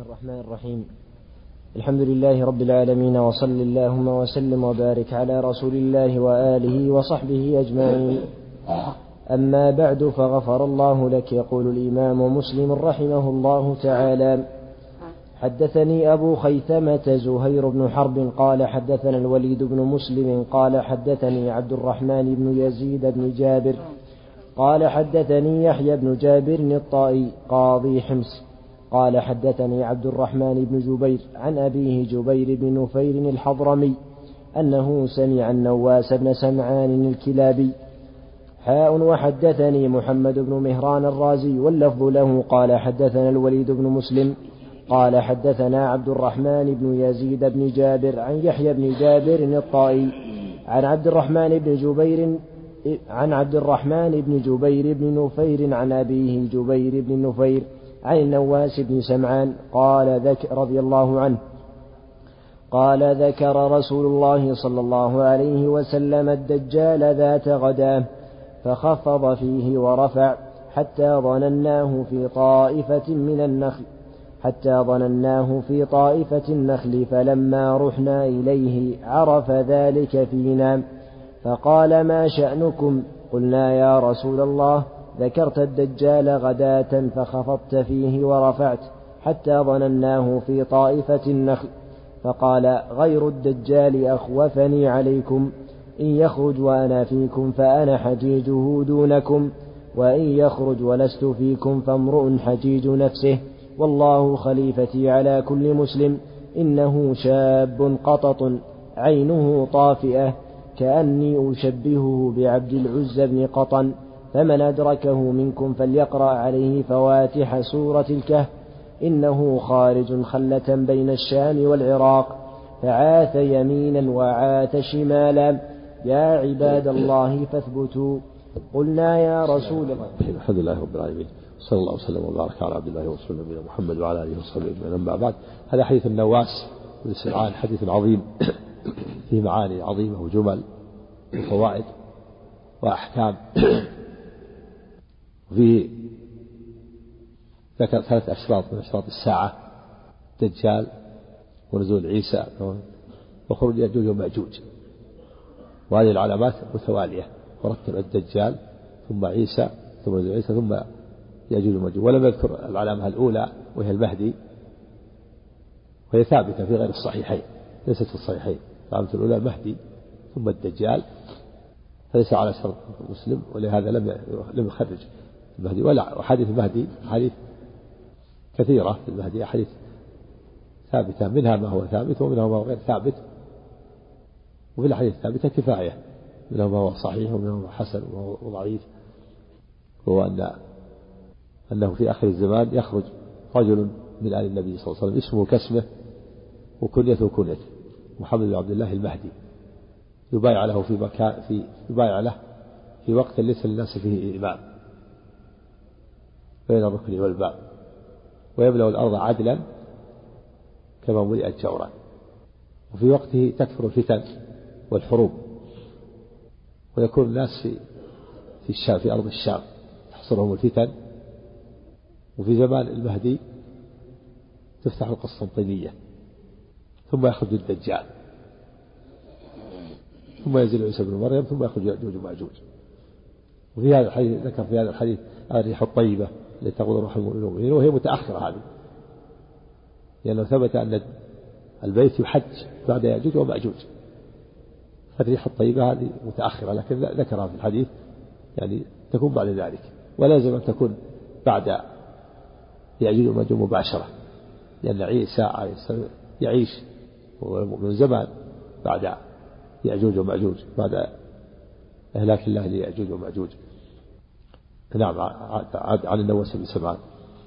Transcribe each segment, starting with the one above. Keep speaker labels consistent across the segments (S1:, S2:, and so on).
S1: الرحمن الرحيم. الحمد لله رب العالمين، وصل اللهم وسلم وبارك على رسول الله وآله وصحبه أجمعين. أما بعد، فغفر الله لك. يقول الإمام مسلم رحمه الله تعالى: حدثني أبو خيثمة زهير بن حرب قال حدثنا الوليد بن مسلم قال حدثني عبد الرحمن بن يزيد بن جابر قال حدثني يحيى بن جابر الطائي قاضي حمص قال حدثني عبد الرحمن بن جبير عن أبيه جبير بن نفير الحضرمي أنه سمع النواس بن سمعان الكلابي وحدثني محمد بن مهران الرازي واللفظ له قال حدثنا الوليد بن مسلم قال حدثنا عبد الرحمن بن يزيد بن جابر عن يحيى بن جابر الطائي عن عبد الرحمن بن جبير بن نفير عن أبيه جبير بن نفير عن النواس بن سمعان قال رضي الله عنه قال: ذكر رسول الله صلى الله عليه وسلم الدجال ذات غداه فخفض فيه ورفع حتى ظنناه في طائفة النخل فلما رحنا إليه عرف ذلك فينا فقال: ما شأنكم؟ قلنا: يا رسول الله، ذكرت الدجال غداة فخفضت فيه ورفعت حتى ظنناه في طائفة النخل. فقال: غير الدجال أخوفني عليكم، إن يخرج وأنا فيكم فأنا حجيجه دونكم، وإن يخرج ولست فيكم فامرؤ حجيج نفسه، والله خليفتي على كل مسلم، إنه شاب قطط عينه طافئة كأني أشبهه بعبد العزى بن قطن، فمن أدركه منكم فليقرأ عليه فواتح سورة الكهف، إنه خارج خلة بين الشام والعراق، فعاث يمينا وعاث شمالا، يا عباد الله فاثبتوا. قلنا: يا رسول الله.
S2: الحمد لله رب العالمين، صلى الله وسلم وبارك على عبد الله ورسوله نبينا محمد وعلى آله وصحبه أجمعين. أما بعد، هذا حديث النواس بن سمعان حديث عظيم فيه معاني عظيمة وجمل وفوائد وأحكام. وفيه ذكر 3 أشراط من أشراط الساعة: الدجال ونزول عيسى وخروج يأجوج ومأجوج، وهذه العلامات متوالية، ورتب الدجال ثم عيسى ثم نزول عيسى ثم يأجوج ومأجوج، ولم يذكر العلامة الأولى وهي المهدي، وهي ثابتة في غير الصحيحين، ليست في الصحيحين. العلامة الأولى المهدي ثم الدجال، فليس على شرط مسلم، ولهذا لم يخرج المهدي. ولا أحاديث المهدي أحاديث كثيرة في المهدي، أحاديث ثابتة، منها ما هو ثابت ومنها ما هو غير ثابت، وفي الأحاديث الثابتة كفاية، منها ما هو صحيح ومنها ما هو حسن وما هو ضعيف. هو أنه في آخر الزمان يخرج رجل من آل النبي صلى الله عليه وسلم اسمه كاسمه وكنيته كنيته، محمد بن عبد الله المهدي، يبايع له في وقت ليس للناس فيه إمام بين الركن والباب، ويملأ الأرض عدلا كما ملئت جورا، وفي وقته تكثر الفتن والحروب، ويكون الناس في الشام، في أرض الشام تحصرهم الفتن. وفي زمان المهدي تفتح القسطنطينية، ثم يخرج الدجال، ثم ينزل عيسى بن مريم، ثم يخرج يأجوج ومأجوج. وفي هذا الحديث ذكر في هذا الحديث الريح الطيبة التي تقول روح المؤمنين، وهي متأخرة هذه، لأنه ثبت أن البيت يحج بعد يأجوج ومأجوج، فالريح الطيبة هذه متأخرة، لكن ذكرها في الحديث يعني تكون بعد ذلك، ولازم أن تكون بعد يأجوج ومأجوج مباشرة، لأن عيسى يعيش من زمان بعد يأجوج ومأجوج، بعد إهلاك الله ليأجوج ومأجوج. نعم. عن النواس بن سمعان.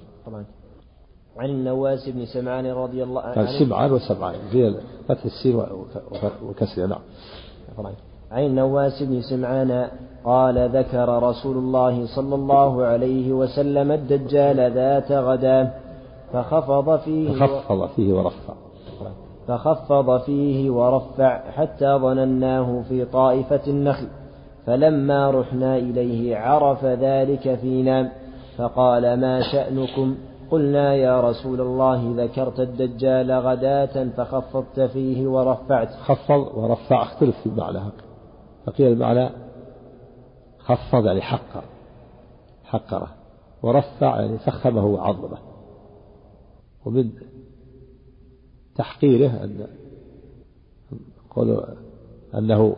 S1: عن النواس بن سمعان رضي الله عنه.
S2: كان سمعان وسمعان في فتح السين وكسرها. نعم.
S1: عن النواس بن سمعان قال: ذكر رسول الله صلى الله عليه وسلم الدجال ذات غداه فخفض فيه ورفع حتى ظنناه في طائفة النخل، فلما رحنا إليه عرف ذلك فينا فقال: ما شأنكم؟ قلنا يا رسول الله ذكرت الدجال غداة فخفضت فيه ورفعت.
S2: خفض ورفع اختلف في المعنى، فقيل المعنى خفض يعني حقره، ورفع يعني فخمه وعظمه. ومن تحقيره أن قالوا أنه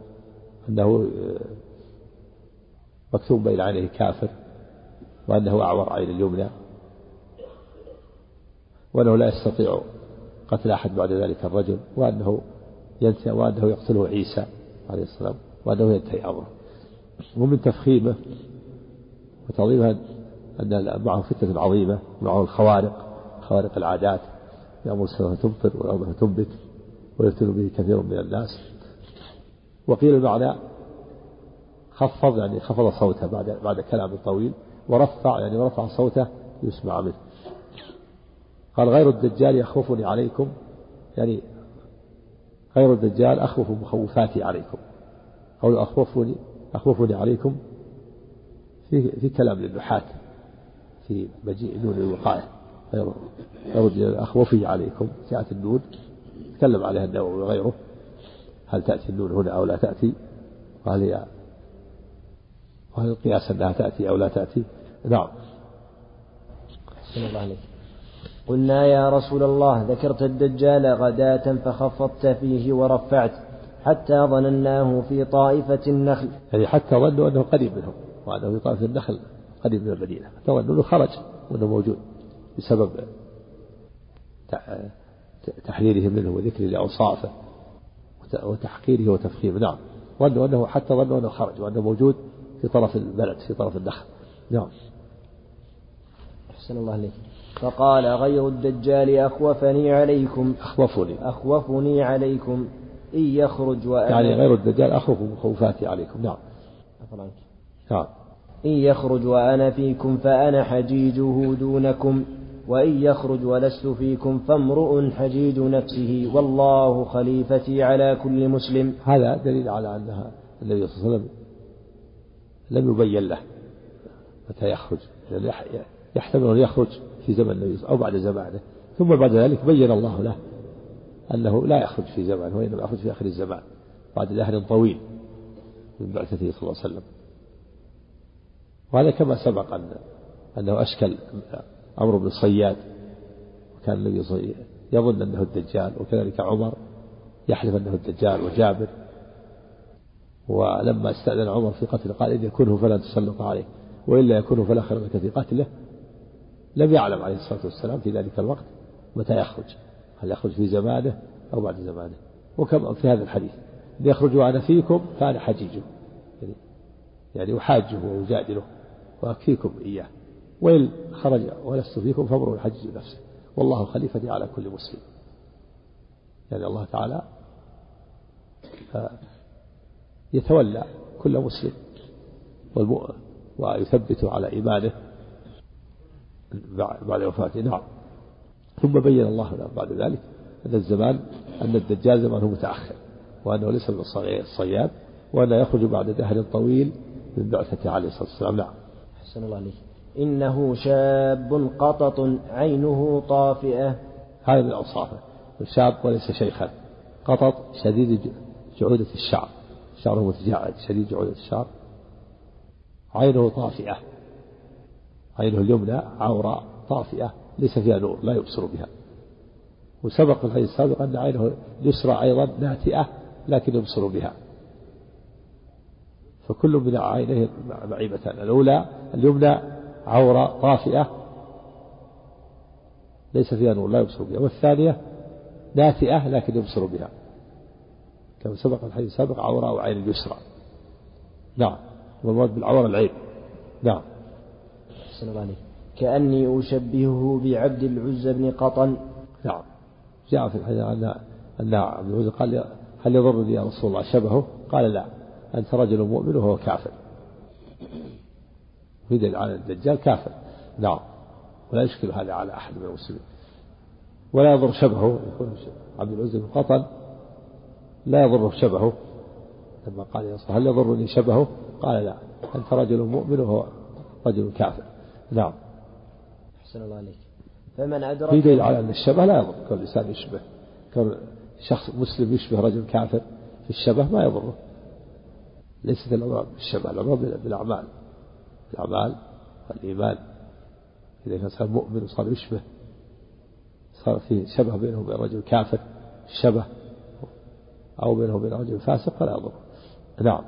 S2: مكتوب بين عينيه كافر، وأنه أعور عين اليمنى، وأنه لا يستطيع قتل أحد بعد ذلك الرجل، وأنه يقتله عيسى عليه السلام، وأنه ينتهي أمره. ومن تفخيمه وتعظيمه أن معه فتنة عظيمة، معه خوارق العادات، يأمر السماء تمطر والأرض تنبت ويفتن به كثير من الناس. وقيل المعنى خفض يعني خفض صوته بعد كلام طويل، ورفع يعني ورفع صوته يسمع منه. قال غير الدجال يخوفني عليكم، يعني غير الدجال أخوف مخوفاتي عليكم، أو أخوفني عليكم في كلام للنحاة في مجيء نون الوقاية. غير الدجال أخوفي عليكم، جاءت النون تكلم عليها النووي وغيره، هل تأتي النون هنا أو لا تأتي، وهل القياس أنها تأتي أو لا تأتي. نعم.
S1: بسم الله عليك. قلنا يا رسول الله ذكرت الدجال غداة فخفضت فيه ورفعت حتى ظنناه في طائفة النخل،
S2: يعني حتى ظنوا أنه قريب منهم، وأنه في طائفة النخل قريب من المدينة، حتى ظنوا أنه خرج وأنه موجود بسبب تحذيرهم منه وذكره لأوصافه وتحقيره وتفخيمه. نعم. حتى ظنوا أنه خرج وأنه موجود في طرف البلد، في طرف النخل. نعم.
S1: أحسن الله عليك. فقال غير الدجال أخوفني عليكم إن يخرج وأنا،
S2: يعني غير الدجال أخوف مخوفاتي عليكم. نعم.
S1: نعم. إن يخرج وأنا فيكم فأنا حجيجه دونكم، وإن يخرج ولست فيكم فامرؤ حجيج نفسه، والله خليفتي على كل مسلم.
S2: هذا دليل على أنها النبي صلى الله عليه وسلم لم يبين له متى يخرج، يحتمل أن يخرج في زمن النبي أو بعد زمانه، ثم بعد ذلك بين الله له أنه لا يخرج في زمانه، وإنما يخرج في آخر الزمان بعد دهر طويل من بعثته صلى الله عليه وسلم. وهذا كما سبق أنه أشكل عمرو بن الصياد، وكان النبي يظن أنه الدجال، وكذلك عمر يحلف أنه الدجال، وجابر. ولما استأذن عمر في قتله قال إن يكونه فلا تسلط عليه، وإلا يكونه فلا خير لك في قتله. لم يعلم عليه الصلاة والسلام في ذلك الوقت متى يخرج، هل يخرج في زمانه أو بعد زمانه. وكما في هذا الحديث إن يخرج وأنا فيكم فأنا حجيجه، يعني أحاجه وأجادله وأكفيكم إياه، وإن خرج ولست فيكم فامرؤ حجيج نفسه، والله خليفتي على كل مسلم. يعني الله تعالى يتولى كل مسلم ويثبته على إيمانه بعد وفاته. نعم. ثم بين الله له بعد ذلك أن الدجال زمانه متأخر، وأنه ليس من الصياد، وأنه يخرج بعد دهر طويل من بعثته عليه الصلاة والسلام. نعم.
S1: أحسن الله عليك. إنه شاب قطط عينه طافئة.
S2: هذا من أوصافه، شاب وليس شيخا. قطط شديد جعودة الشعر، شعره متجعد شديد جعودة الشعر. عينه طافئة، عينه اليمنى عوراء طافئة ليس فيها نور لا يبصر بها. وسبق في الحديث السابق أن عينه اليسرى أيضا ناتئة لكن يبصر بها. فكل من عينيه معيبتان، الأولى اليمنى عوراء طافئة ليس فيها نور لا يبصر بها، والثانية ناتئة لكن يبصر بها، كما سبق في الحديث السابق عوراء وعين اليسرى. نعم. والمراد بالعورة العين. نعم.
S1: أحسن الله عليك. كأني أشبهه بعبد العزى بن قطن.
S2: نعم. جاء في الحديث أن عبد العزى قال هل يضرني يا رسول الله شبهه؟ قال لا، أنت رجل مؤمن وهو كافر. يدل على الدجال كافر. نعم. ولا يشكل هذا على أحد من المسلمين، ولا يضر شبهه. يكون عبد العزى بن قطن لا يضره شبهه. لما قال يا رسول هل يضرني شبهه؟ قال لا، أنت رجل مؤمن وهو رجل كافر. نعم.
S1: أحسن الله عليك. فمن أدرك
S2: في دليل على أن الشبه لا يضر، كل إنسان يشبه، كل شخص مسلم يشبه رجل كافر في الشبه ما يضره. ليست الأمراض بالشبه، الأمراض بالأعمال، الأعمال والإيمان. إذا كان صار مؤمن وصار يشبه، صار في شبه بينه وبين رجل كافر الشبه، أو بينه وبين رجل فاسق فلا يضر. نعم.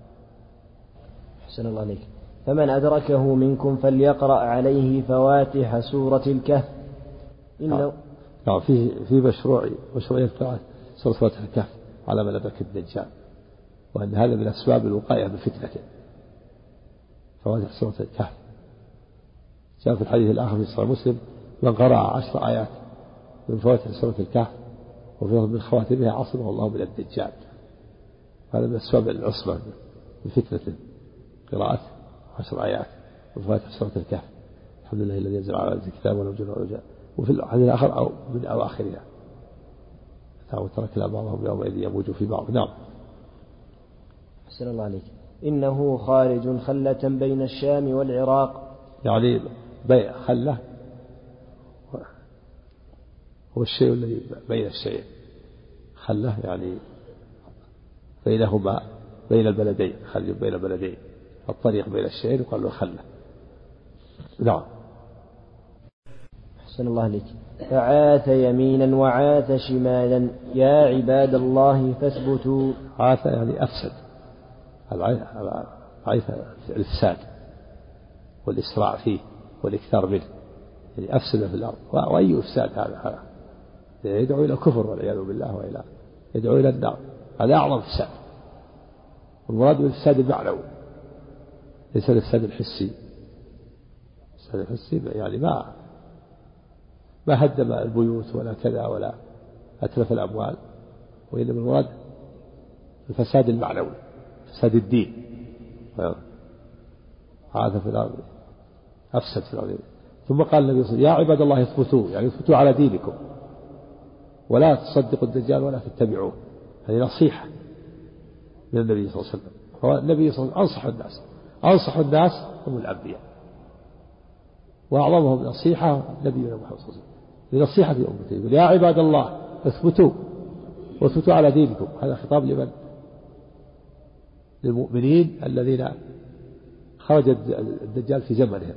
S1: أحسن الله عليك. فمن أدركه منكم فليقرأ عليه فواتح سورة الكهف.
S2: نعم. في مشروعية قراءة سورة فواتح الكهف على من أدرك الدجال، وأن هذا من أسباب الوقاية من فتنته. فواتح سورة الكهف جاء في الحديث الآخر في صحيح مسلم: من قرأ 10 آيات من فواتح سورة الكهف وفي من خواتمها عصمه الله من الدجال. هذا من أسباب العصمة من فتنته، قراءة 10 آيات من فواتح سورة الكهف. الحمد لله الذي ينزل على الكتاب ولو جل وعلا. وفي الحديث الآخر أو من أواخرها: وتركنا بعضهم يومئذ يموج في بعض. نعم.
S1: أحسن الله عليك. إنه خارج خلة بين الشام والعراق.
S2: يعني خلة هو الشيء الذي بين الشيء، خلة يعني بينهما، بين البلدين، خلي بين البلدين، الطريق بين الشيئين يقال له خلة. نعم.
S1: أحسن الله عليك. فعاث يمينا وعاث شمالا يا عباد الله فاثبتوا.
S2: عاث يعني أفسد، عاث الإفساد والإسراع فيه والإكثار منه، يعني أفسد في الأرض. وأي إفساد هذا يدعو إلى الكفر والعياذ بالله، وإلى يدعو إلى النار. هذا أعظم إفساد. والمراد بالإفساد المعنوي ليس الإفساد الحسي. الإفساد الحسي يعني ما هدم البيوت ولا كذا ولا أتلف الأموال، وإنما المراد الفساد المعنوي، فساد الدين. هذا في الأرض أفسد في الأرض. ثم قال النبي صلى الله عليه وسلم: يا عباد الله اثبتوا، يعني اثبتوا على دينكم ولا تصدقوا الدجال ولا تتبعوه. هذه نصيحة من النبي صلى الله عليه وسلم. هو النبي صلى الله عليه وسلم أنصح الناس هم الأنبياء، وأعظمهم نصيحة نبينا محمد صلى الله عليه وسلم لنصيحة أمته. يقول: يا عباد الله اثبتوا واثبتوا على دينكم. هذا خطاب لمن؟ للمؤمنين الذين خرج الدجال في زمنهم.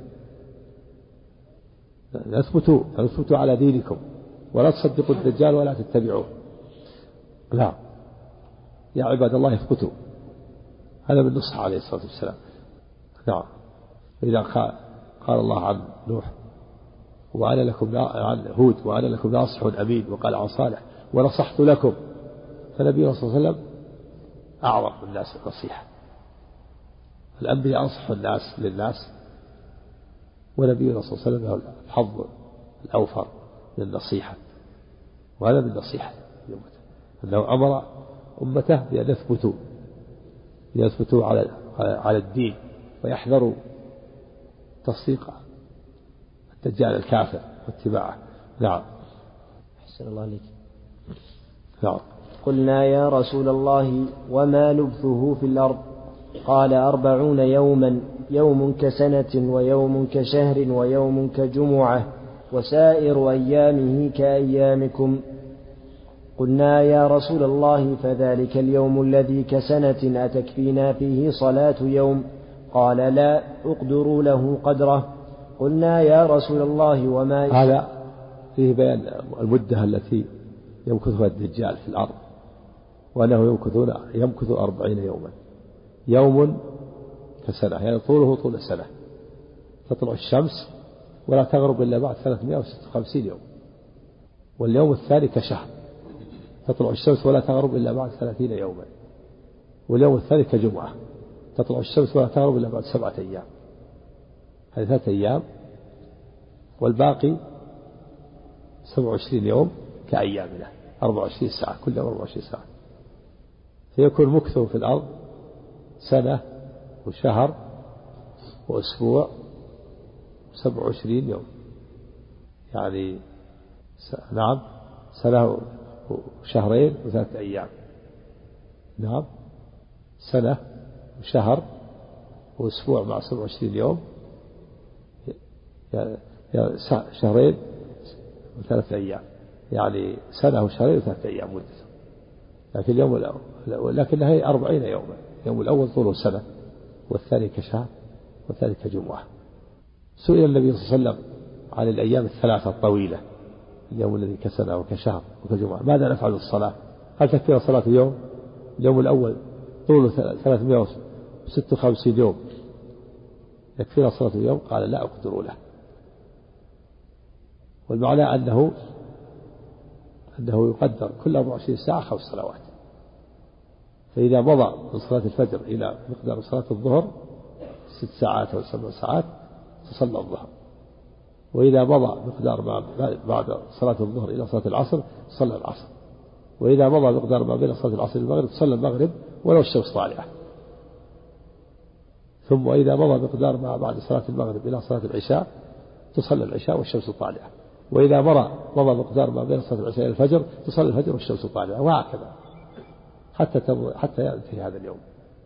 S2: اثبتوا على دينكم ولا تصدقوا الدجال ولا تتبعوه. لا، يا عباد الله اثبتوا. هذا من نصح عليه الصلاة والسلام. نعم. إذا قال الله عن نوح وأنا لكم، عن هود وأنا لكم ناصح أمين، وقال عن صالح ونصحت لكم، فنبينا صلى الله عليه وسلم أعظم الناس النصيحة. الأنبياء أنصح الناس للناس، ونبينا صلى الله عليه وسلم له الحظ الأوفر من النصيحة. وهذا من نصيحة أنه أمر أمته بأن يثبتوا على الدين، ويحذروا تصديق الدجال الكافر واتباعه. نعم.
S1: أحسن الله عليك.
S2: نعم.
S1: قلنا: يا رسول الله وما لبثه في الأرض؟ قال: 40 يوما، يوم كسنة ويوم كشهر ويوم كجمعة وسائر أيامه كأيامكم. قلنا: يا رسول الله فذلك اليوم الذي كسنة أتكفينا فيه صلاة يوم؟ قال: لا، اقدروا له قدره. قلنا: يا رسول الله وما
S2: هذا فيه بيان المدة التي يمكثها الدجال في الأرض، وأنه يمكث 40 يوما. يوم كسنة يعني طوله طول السنة، تطلع الشمس ولا تغرب إلا بعد 356 يوم. واليوم الثاني كشهر، تطلع الشمس ولا تغرب إلا بعد 30 يوما. واليوم الثاني كجمعة، تطلع الشمس ولا تغرب إلا بعد 7 أيام. هذه 3 أيام، والباقي 27 يوم كأيامنا، 24 ساعة، كل يوم 24 ساعة. فيكون مكثه في الأرض سنة وشهر وأسبوع 27 يوم، يعني نعم، سنة وشهرين و3 أيام. نعم، سنة وشهر وأسبوع مع 27 يوم يعني شهرين وثلاثة أيام، يعني سنة وشهرين وثلاثة أيام مدته. لكن اليوم الأول لكنها هي 40 يوما، اليوم الأول طوله سنة، والثاني كشهر، والثالث كجمعة. سئل النبي صلى الله عليه وسلم عن الأيام الثلاثة الطويلة، اليوم الذي كسنة وكشهر وكجمعة، ماذا نفعل بالصلاة؟ هل تكفينا صلاة اليوم الأول طوله 356 يوم، يكفينا صلاة اليوم؟ قال لا أقدر له. والمعنى أنه يقدر كل 24 ساعة 5 صلوات، فإذا مضى من صلاة الفجر إلى مقدار صلاة الظهر 6 ساعات أو 7 ساعات تصلى الظهر، وإذا مضى مقدار بعد صلاة الظهر إلى صلاة العصر صلى العصر، وإذا مضى مقدار ما بين صلاة العصر والمغرب صلى المغرب ولو الشمس طالعة، ثم إذا مضى مقدار ما بعد صلاة المغرب إلى صلاة العشاء تصلى العشاء والشمس طالعة، وإذا مضى مقدار ما بين صلاة العشاء إلى الفجر تصلي الفجر والشمس طالعة، وهكذا حتى ينتهي هذا اليوم.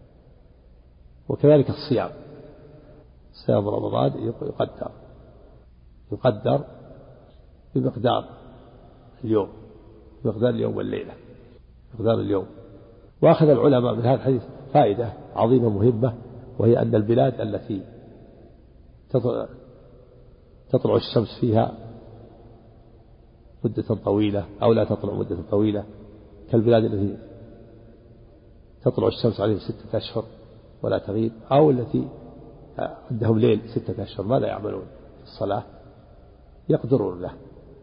S2: وكذلك الصيام، صيام رمضان يقدر بمقدار اليوم، بمقدار اليوم والليلة، مقدار اليوم. وأخذ العلماء من هذا الحديث فائدة عظيمة مهمة، وهي أن البلاد التي تطلع الشمس فيها مدة طويلة أو لا تطلع مدة طويلة، كالبلاد التي تطلع الشمس عليهم 6 أشهر ولا تغيب، أو التي عندهم ليل 6 أشهر، ماذا يعملون في الصلاة؟ يقدرون له.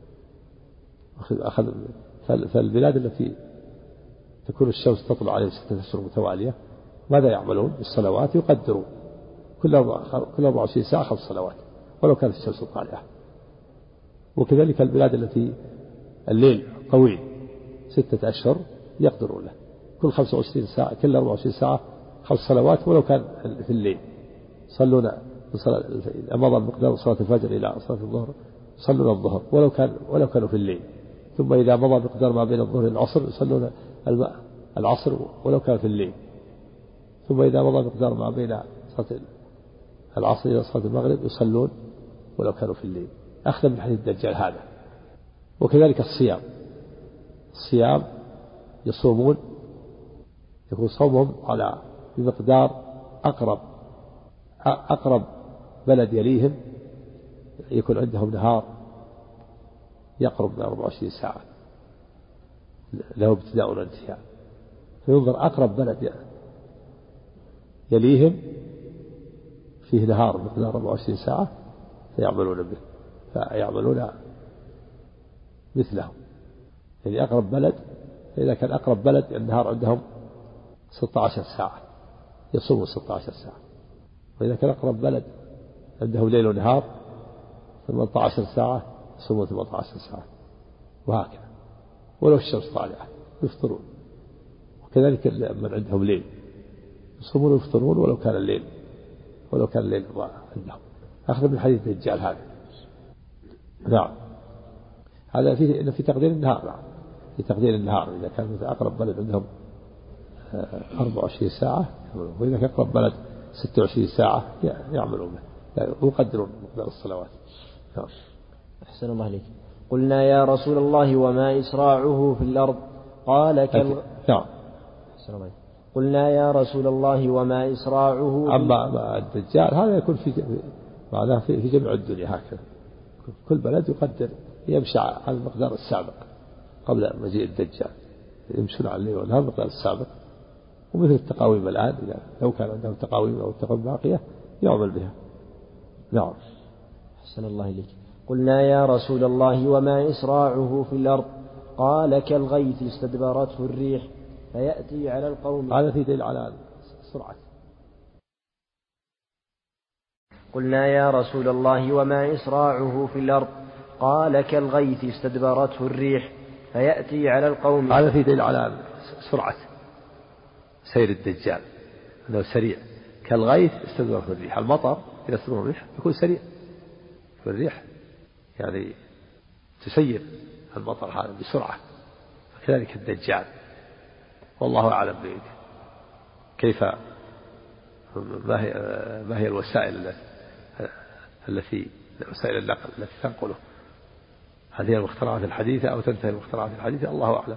S2: فالبلاد التي تكون الشمس تطلع عليهم 6 أشهر متوالية ماذا يعملون بالصلوات؟ يقدرون كل 24 ساعة 5 صلوات ولو كانت الشمس طالعة. وكذلك البلاد التي الليل طويل 6 أشهر يقدرون له كل 25 ساعة، كل 24 ساعة 5 صلوات ولو كان في الليل. يصلون مضى مقدار صلاة الفجر إلى صلاة الظهر يصلون الظهر ولو كانوا في الليل، ثم إذا مضى مقدار ما بين الظهر والعصر يصلون العصر ولو كان في الليل، ثم إذا مضى مقدار ما بين صلاة العصر إلى صلاة المغرب يصلون ولو كانوا في الليل، أخذا من حديث الدجال هذا. وكذلك الصيام يصومون، يكون صومهم على بمقدار أقرب بلد يليهم يكون عندهم نهار يقرب من 24 ساعة له ابتداء وانتهاء، فينظر أقرب بلد يليهم فيه نهار مقدار 24 ساعة فيعملون مثله، يعني أقرب بلد. فإذا كان أقرب بلد النهار عندهم 16 ساعة يصوموا 16 ساعة، وإذا كان أقرب بلد عندهم ليل ونهار 18 ساعة يصوموا 18 ساعة، وهكذا ولو الشمس طالعة يفطرون. وكذلك من عندهم ليل يصومون ويفطرون ولو كان الليل عندهم، أخذ من حديث الدجال هذا. نعم، هذا في تقدير النهار. نعم، في تقدير النهار إذا كان أقرب بلد عندهم 24 ساعة، وإذا كان أقرب بلد 26 ساعة يعملون ويقدرون مقدار الصلوات. نعم.
S1: أحسن الله عليك. قلنا يا رسول الله وما إسراعه في الأرض؟ قال
S2: نعم.
S1: أحسن الله عليك. قلنا يا رسول الله وما إسراعه
S2: أما الدجال هذا يكون معناه في جميع الدنيا هكذا، كل بلد يقدر يمشي على المقدار السابق قبل مجيء الدجال، يمشون على الليل والنهار المقدار السابق. ومثل التقاويم الآن إذا لو كان عندهم تقاويم أو تقاويم باقية يعمل بها. نعم.
S1: أحسن الله إليك. قلنا يا رسول الله وما إسراعه في الأرض؟ قال كالغيث استدبرته الريح فيأتي على القوم.
S2: هذا في دليل على السرعة.
S1: قلنا يا رسول الله وما إسراعه في الأرض؟ قال كالغيث استدبرته الريح فيأتي على القوم.
S2: هذا في دليل على سرعة سير الدجال، أنه سريع كالغيث استدبرته الريح. المطر إذا استدبره الريح يكون سريع، والريح يعني تسير المطر هذا بسرعة، فكذلك الدجال. والله أعلم كيف ما هي الوسائل التي وسائل النقل التي تنقله، هل هي المخترعات الحديثة أو تنتهي المخترعات الحديثة الله أعلم.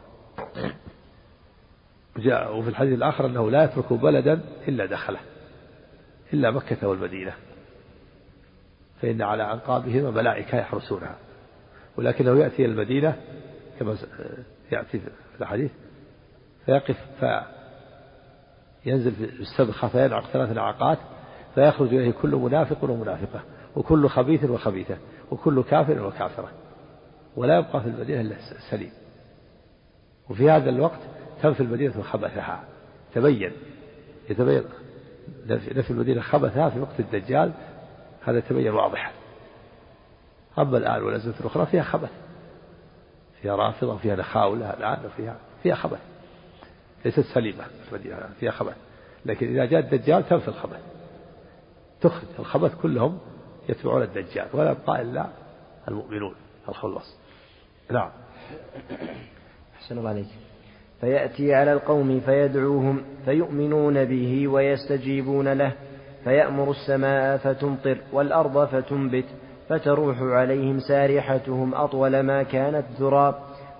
S2: جاء وفي الحديث الآخر أنه لا يترك بلدا إلا دخله إلا مكة والمدينة، فإن على أنقابهم ملائكة يحرسونها، ولكنه يأتي المدينة كما يأتي في الحديث فيقف فينزل في السبخة فينعق 3 نعقات فيخرج إليه كل منافق ومنافقة وكل خبيث وخبيثة وكل كافر وكافرة، ولا يبقى في المدينة إلا سليم. وفي هذا الوقت تنفي المدينة خبثها، يتبين نفي المدينة خبثها في وقت الدجال، هذا يتبين واضحا. أما الآن والأزمة الأخرى فيها خبث، فيها رافضة وفيها نخاولة الآن فيها خبث، ليست سليمة المدينة فيها خبث، لكن إذا جاء الدجال تنفي الخبث، تخرج الخبث كلهم يتبعون الدجال ولا يبقى إلا المؤمنون الخلص. نعم.
S1: أحسن الله عليك. فيأتي على القوم فيدعوهم فيؤمنون به ويستجيبون له، فيأمر السماء فتمطر والأرض فتنبت، فتروح عليهم سارحتهم أطول ما كانت ذرا،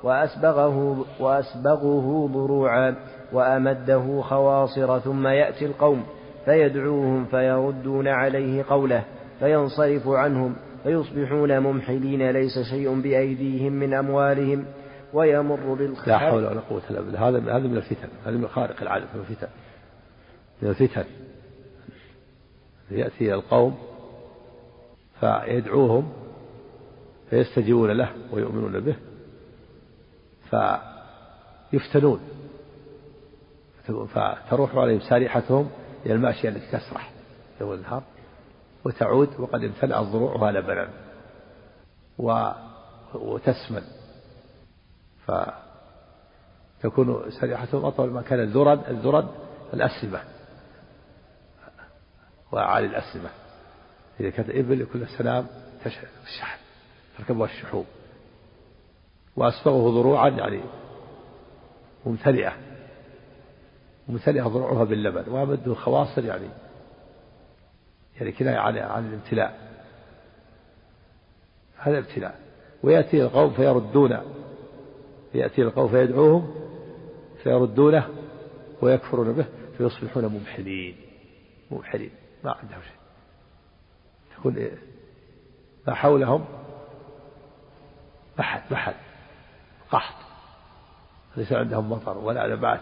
S1: وأسبغه ضروعا وأمده خواصر، ثم يأتي القوم فيدعوهم فيردون عليه قوله فينصرف عنهم فيصبحون ممحلين ليس شيء بأيديهم من أموالهم، ويمر بالخير.
S2: لا حول ولا قوة إلا بالله. هذا من الفتن، هذا من خارق العادة، من الفتن. يأتي القوم فيدعوهم فيستجيبون له ويؤمنون به فيفتنون، فتروح عليهم سارحتهم إلى الماشية التي تسرح يوم النهار وتعود وقد امتلأت ضروعها لبنا وتسمن، فتكون سريحتهم أطول ما كان الذرد الأسمة وأعالي الأسمة، إذا كانت إبل يكون السنام الشحم تركبها الشحوم، وأسبغه ضروعا يعني ممتلئة ضروعها باللبن، وأمده الخواصر يعني كناية عن الامتلاء، هذا ابتلاء. ويأتي القوم فيدعوهم فيردونه ويكفرون به فيصبحون ممحلين ما عندهم شيء، تكون ما حولهم بحث قحط، ليس عندهم مطر ولا نبات،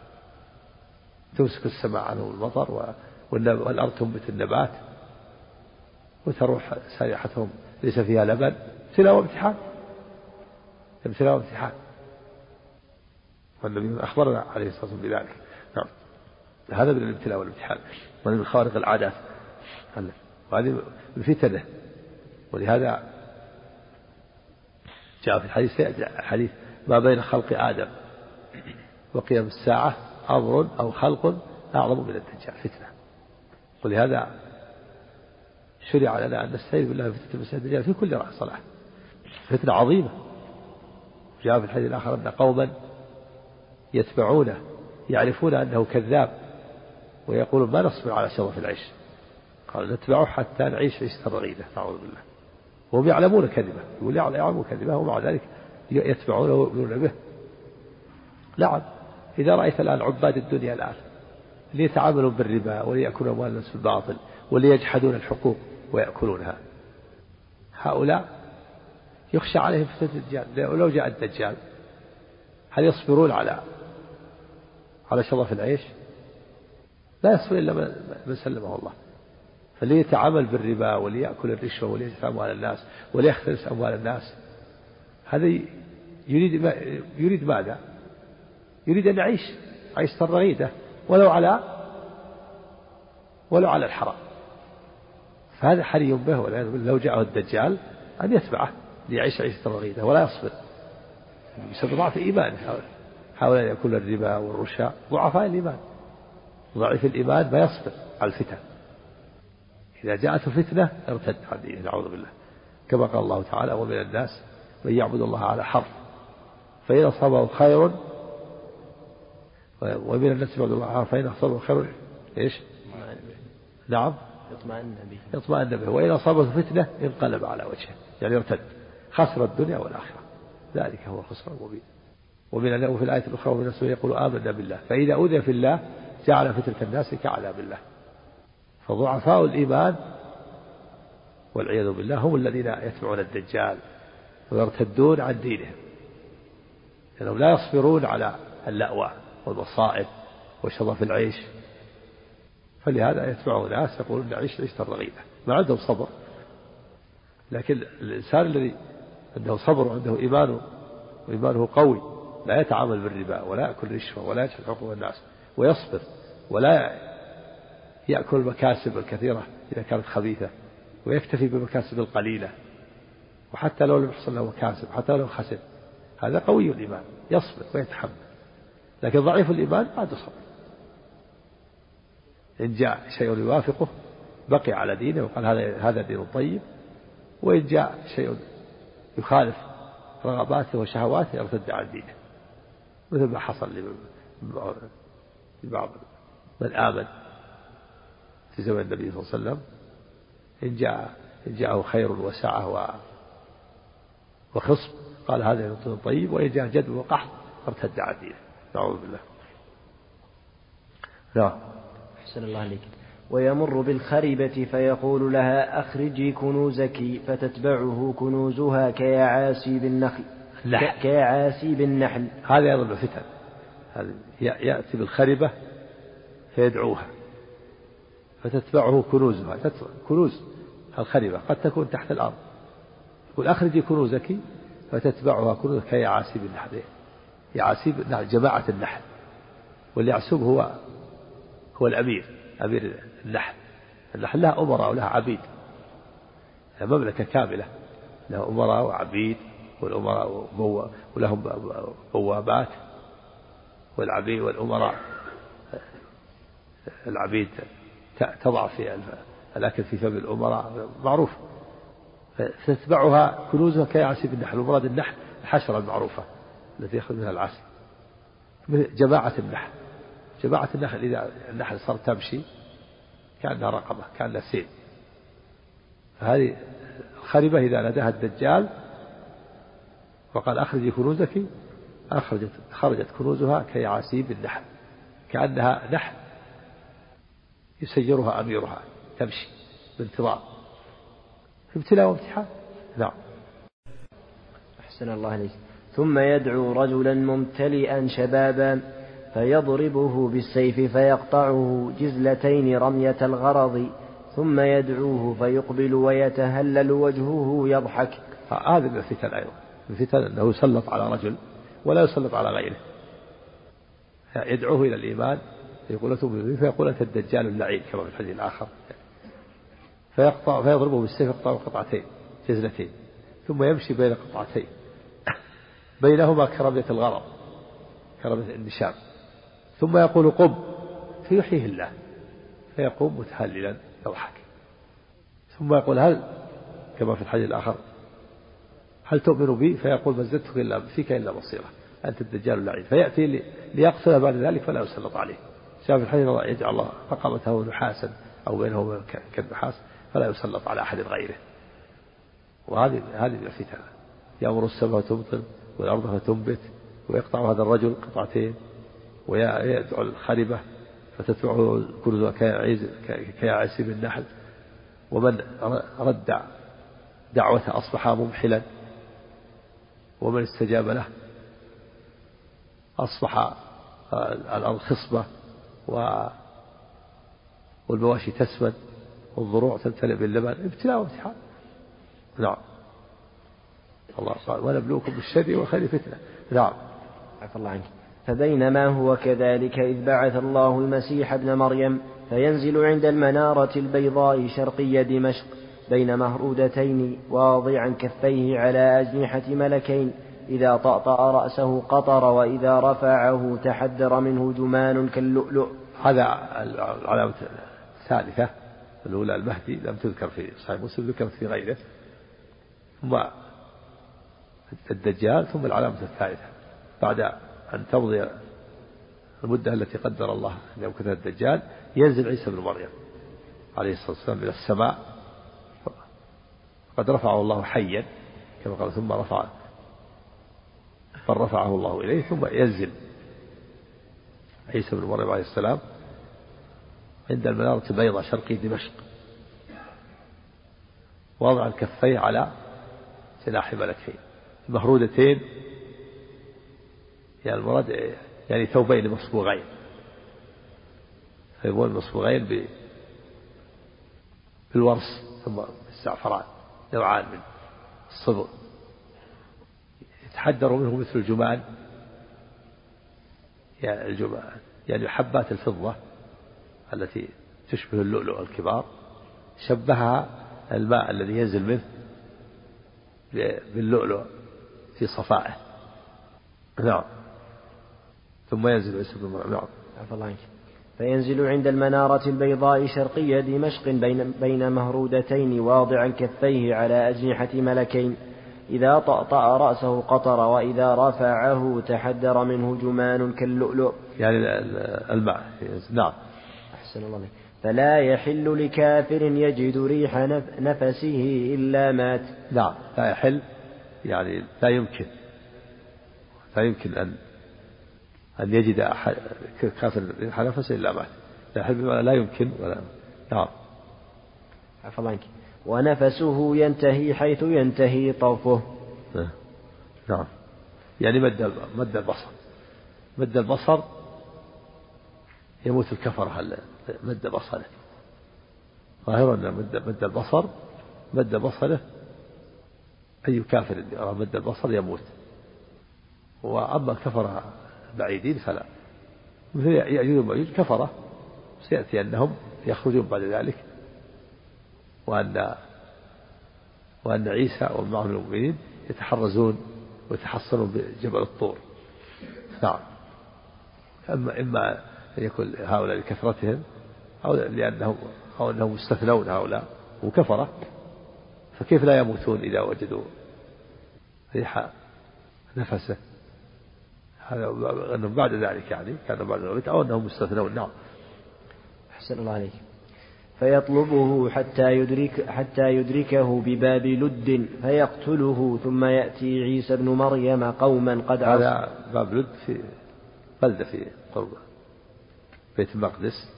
S2: تمسك السماء عنهم المطر والأرض تنبت النبات، وتروح سريحتهم ليس فيها لبن، ابتلاء وامتحان. والنبي أخبرنا عليه الصلاة والسلام بذلك. نعم. هذا من الابتلاء والامتحان ومن خارق العادات، وهذه من فتنه. ولهذا جاء في الحديث ما بين خلق آدم وقيام الساعة أمر أو خلق أعظم من الدجال فتنة. ولهذا شرع لنا أن نستعيذ بالله من فتنة المسيح الدجال في كل صلاة، فتنة عظيمة. جاء في الحديث الآخر أن قوما يتبعونه يعرفون أنه كذاب ويقولون ما نصبر على شرف العيش، قال نتبعه حتى نعيش عيشة رغيدة، نعوذ بالله. وهم يعلمون كذبه، يقول يعلمون كذبه ومع ذلك يتبعونه ويؤمنون به. نعم. إذا رأيت الآن عباد الدنيا الآن اللي يتعاملون بالربا وليأكلون أموال الناس بالباطل وليجحدون الحقوق ويأكلونها، هؤلاء يخشى عليهم فتنة الدجال. ولو جاء الدجال هل يصبرون على شرف العيش؟ لا يصبر إلا من سلمه الله. فاللي يتعامل بالربا وليأكل الرشوة وليجحد أموال الناس وليختلس أموال الناس، هذا يريد ماذا؟ يريد أن يعيش عيشة رغيدة ولو على الحرام. فهذا حري به، لو جاءه الدجال أن يتبعه ليعيش عيشة رغيدة ولا يصبر، بسبب ضعف إيمانه. هؤلاء يأكل الربا والرشا ضعفاء الإيمان، ضعيف الإيمان ما يصبر على الفتن، إذا جاءته فتنة ارتد عن دينه، نعوذ بالله. كما قال الله تعالى ومن الناس من يعبد الله على حرف فإن أصابه خير، ومن الناس يعبد الله على حرف فإن أصابه خير إيش؟ نعم يطمئن به، وإن أصابته فتنة انقلب على وجهه، يعني ارتد، خسر الدنيا والآخرة، ذلك هو الخسران المبين. وفي الآية الأخرى ومن الناس يقول آمنا بالله فإذا أوذي في الله جعل فتنة الناس كعذاب الله. فضعفاء الإيمان والعياذ بالله هم الذين يتبعون الدجال ويرتدون عن دينهم، لأنهم لا يصبرون على اللأوى والمصائب وشظف العيش، فلهذا يتبعه ناس يقولون نعيش عيشة رغيدة، ما عندهم صبر. لكن الإنسان الذي عنده صبر وعنده وإيمانه قوي لا يتعامل بالربا ولا يأكل رشوة ولا يجحد حقوق الناس ويصبر، ولا يأكل المكاسب الكثيرة إذا كانت خبيثة، ويكتفي بالمكاسب القليلة، وحتى لو لم يحصل له مكاسب، حتى لو خسر، هذا قوي الإيمان يصبر ويتحمل. لكن ضعيف الإيمان ما عنده صبر، إن جاء شيء يوافقه بقي على دينه وقال هذا دين طيب، وإن جاء شيء يخالف رغباته وشهواته يرتد عن دينه، مثل ما حصل لبعض من آمن في زمن النبي صلى الله عليه وسلم، إن جاءه خير وسعة وخصب قال هذا دين طيب، وإن جاء جد وقحط ارتد عن دينه، نعوذ بالله. نعم.
S1: أحسن الله عليك. ويمر بالخربة فيقول لها أخرجي كنوزك فتتبعه كنوزها كيعاسي بالنحل.
S2: هذا أيضا فتن، يأتي بالخربة فيدعوها فتتبعه كنوزها، كنوز الخربة قد تكون تحت الأرض، يقول أخرجي كنوزك فتتبعها كنوزها كيعاسي بالنحل. يعاسي بالنحل جماعة النحل، واليعسوب هو الأمير، أمير النحل. النحل لها أمراء ولها عبيد، مملكة كاملة لها أمراء وعبيد، والأمراء ولهم بوابات، والعبيد والأمراء العبيد تضع في الأكل في فم الأمراء، معروف. فتتبعها كنوزها كيعسي بالنحل، ومراد النحل الحشرة المعروفة التي يأخذ منها العسل. جماعة النحل، جماعة النحل إذا النحل صار تمشي كأنها رقبة، كأنها سيل. فهذه الخربة إذا ناداها الدجال وقال أخرجي كنوزك خرجت كنوزها كيعاسيب النحل، كأنها نحل يسيرها أميرها تمشي بانتظام، ابتلاء وامتحان. نعم.
S1: أحسن الله عليك. ثم يدعو رجلا ممتلئا شبابا فيضربه بالسيف فيقطعه جزلتين رمية الغرض، ثم يدعوه فيقبل ويتهلل وجهه يضحك.
S2: هذا من الفتن أيضا، الفتن أنه يسلط على رجل ولا يسلط على غيره، يدعوه إلى الإيمان فيقول فيقول أنت الدجال اللعين كما في الحديث الآخر، فيضربه بالسيف يقطعه قطعتين جزلتين، ثم يمشي بين قطعتين بينهما كرمية الغرض، كرمية النشام، ثم يقول قم فيحييه الله فيقوم متهللا يضحك، ثم يقول هل كما في الحديث الآخر هل تؤمن بي؟ فيقول ما زدتك إلا فيك إلا بصيرة، أنت الدجال اللعين، فيأتي ليقتله بعد ذلك فلا يسلط عليه. شاف في الحديث يجعل الله رقبته نحاسا أو بينه كالنحاس فلا يسلط على أحد غيره. وهذه من الفتن، يأمر السماء تمطر والأرض فتنبت، ويقطع هذا الرجل قطعتين ويدعو الخربة فتتبعه كنوزها كيعاسيب النحل، ومن رد دعوته أصبح ممحلا، ومن استجاب له أصبح الأرض خصبة والمواشي تسود والضروع تمتلئ باللبن، ابتلاء وامتحان. نعم. الله قال ونبلوكم بالشر والخير فتنة. نعم.
S1: عفى الله عنك. فبينما هو كذلك إذ بعث الله المسيح ابن مريم فينزل عند المنارة البيضاء شرقي دمشق بين مهرودتين واضعا كفيه على أجنحة ملكين، إذا طأطأ رأسه قطر وإذا رفعه تحدر منه جمان كاللؤلؤ.
S2: هذا العلامة الثالثة، الأولى المهدي لم تذكر في صحيح مسلم، ذكرت في غيره، ثم الدجال، ثم العلامة الثالثة بعد أن تمضي المدة التي قدر الله أن يمكثها الدجال ينزل عيسى بن مريم عليه الصلاة والسلام إلى السماء قد رفعه الله حيا كما قال ثم رفعه الله إليه ثم ينزل عيسى بن مريم عليه السلام عند المنارة البيضاء شرقي دمشق وضع الكفين على جناح ملكين مهرودتين يعني المراد يعني ثوبين مصبوغين ثوبين مصبوغين بالورس ثم بالزعفران نوعان من الصبغ يتحدر منه مثل الجمان يعني حبات الفضة التي تشبه اللؤلؤ الكبار شبهها الماء الذي ينزل منه باللؤلؤ في صفائه. نعم. ثم ينزل عيسى بن مريم. نعم.
S1: فينزل عند المنارة البيضاء شرقية دمشق بين مهرودتين واضعا كفيه على أجنحة ملكين إذا طأطأ رأسه قطر وإذا رفعه تحدر منه جمان كاللؤلؤ
S2: يعني الماء. نعم.
S1: أحسن الله عليك. فلا يحل لكافر يجد ريح نفسه إلا مات.
S2: نعم لا يحل يعني لا يمكن أن يجد كافر ريح نفسه إلا مات. لا يحل لا يمكن ولا. نعم.
S1: عفوا عنك. ونفسه ينتهي حيث ينتهي طرفه.
S2: نعم يعني مد البصر يموت الكفر مد بصره ظاهر أن مد بصره أي كافر يرى مد البصر يموت. وأما الكفر بعيدين فلا مثل يأجوج ومأجوج كفرة سيأتي أنهم يخرجون بعد ذلك وأن عيسى ومعه المؤمنين يتحرزون ويتحصنون بجبل الطور. نعم. إما أن يكون هؤلاء لكثرتهم أو أنهم مستثنون هؤلاء وكفرة فكيف لا يموتون إذا وجدوا ريح نفسه هذا أنهم بعد ذلك يعني كان بعد ذلك أو أنهم مستثنون. نعم.
S1: أحسن الله عليك. فيطلبه حتى يدركه بباب لد فيقتله ثم يأتي عيسى بن مريم قوما قد
S2: هذا باب لد في بلدة في قرب بيت المقدس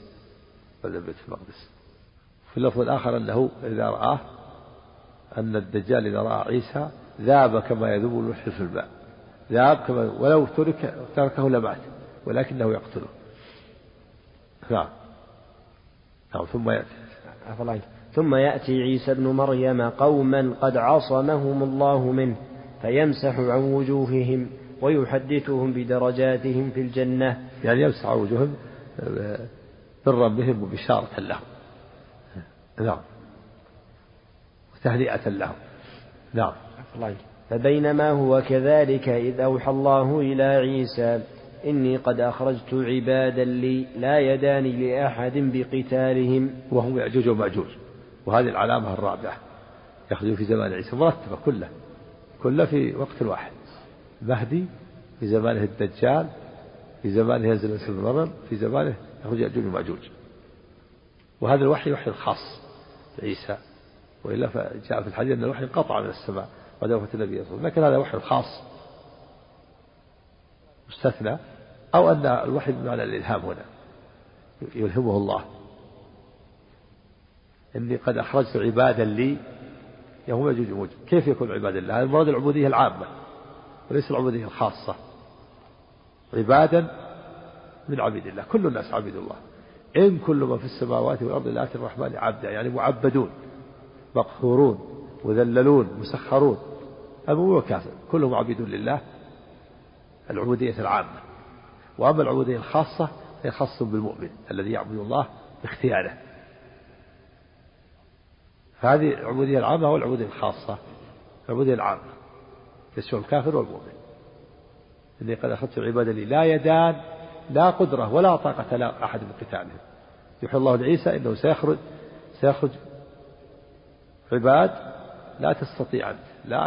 S2: في اللفظ الآخر أنه إذا رآه أن الدجال إذا رأى عيسى ذاب كما يذوب الوحش في الماء ذاب كما ولو تركه لمات ولكنه يقتله. نعم.
S1: ثم يأتي عيسى بن مريم قوما قد عصمهم الله منه فيمسح عن وجوههم ويحدثهم بدرجاتهم في الجنة.
S2: يعني يمسح عن وجوههم برا بهم وبشارة لهم. نعم. وتهنئة لهم. نعم.
S1: فبينما هو كذلك إذ أوحى الله إلى عيسى إني قد أخرجت عبادا لي لا يدان لأحد بقتالهم
S2: وهم يأجوج ومأجوج. وهذه العلامة الرابعة يخرج في زمان عيسى مرتبة كلها في وقت واحد. مهدي في زمانه الدجال في زمانه ينزل عيسى بن مريم في زمانه يخرج يأجوج ومأجوج. وهذا الوحي خاص عيسى وإلا فجاء في الحديث أن الوحي انقطع من السماء بعد وفاة النبي صلى الله عليه وسلم لكن هذا وحي خاص مستثنى أو أن الوحي بمعنى الإلهام هنا يلهمه الله. إني قد أخرجت عبادا لي يوم يأجوج ومأجوج. كيف يكون عبادا الله؟ هذا المراد العبودية العامة وليس العبودية الخاصة. عبادا من عبيد الله كل الناس عبيد الله إن كل من في السماوات والأرض إلا آتي الرحمن عبدا يعني معبدون مقهورون مذللون مسخرون أبو وكافر كلهم عبيد لله العبودية العامة. وأما العبودية الخاصة هي خاصة بالمؤمن الذي يعبد الله باختياره. فهذه العبودية العامة والعبودية الخاصة. العبودية العامة تشمل الكافر والمؤمن. إني قد أخذت عبادا لي لا يدان لا قدرة ولا طاقة لا أحد بقتالهم. يوحي الله لعيسى إنه سيخرج عباد لا تستطيع أنت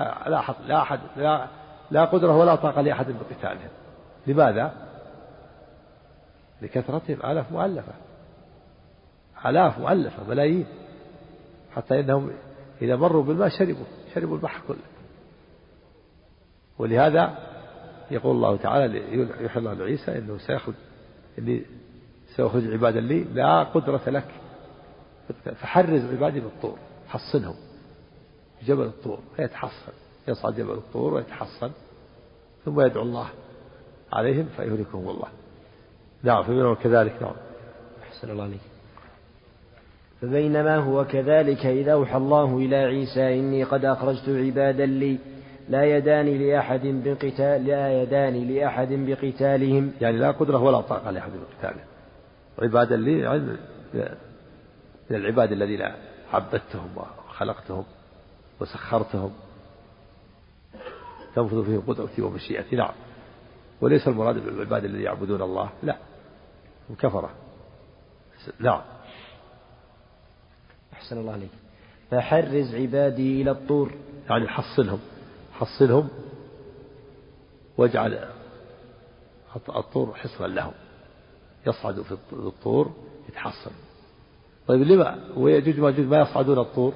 S2: لا قدرة ولا طاقة لأحد بقتالهم. لماذا؟ لكثرتهم آلاف مؤلفة آلاف مؤلفة ملايين، حتى إنهم إذا مروا بالماء شربوا البحر كله. ولهذا يقول الله تعالى يوحي الله لعيسى إنه سيخرج عبادا لي لا قدرة لك فحرز عبادي بالطور، حصنهم جبل الطور فيتحصن، يصعد جبل الطور ويتحصن ثم يدعو الله عليهم فيهلكهم الله. نعم فمنهم كذلك. نعم
S1: أحسن الله عليك. فبينما هو كذلك إذا أوحى الله إلى عيسى إني قد أخرجت عبادا لي لا يدان لأحد بقتالهم،
S2: يعني لا قدرة ولا طاقة لأحد بقتالهم. عبادا لي يعني من العباد الذين عبدتهم وخلقتهم وسخرتهم تنفذ فيهم قدرتي ومشيئتي. نعم وليس المراد بالعباد الذين يعبدون الله، لا هم كفرة. نعم
S1: أحسن الله عليك. فحرز عبادي إلى الطور،
S2: يعني حصنهم واجعل الطور حصنا لهم، يصعد في الطور يتحصن. طيب لما ويأجوج ومأجوج ما يصعدون الطور؟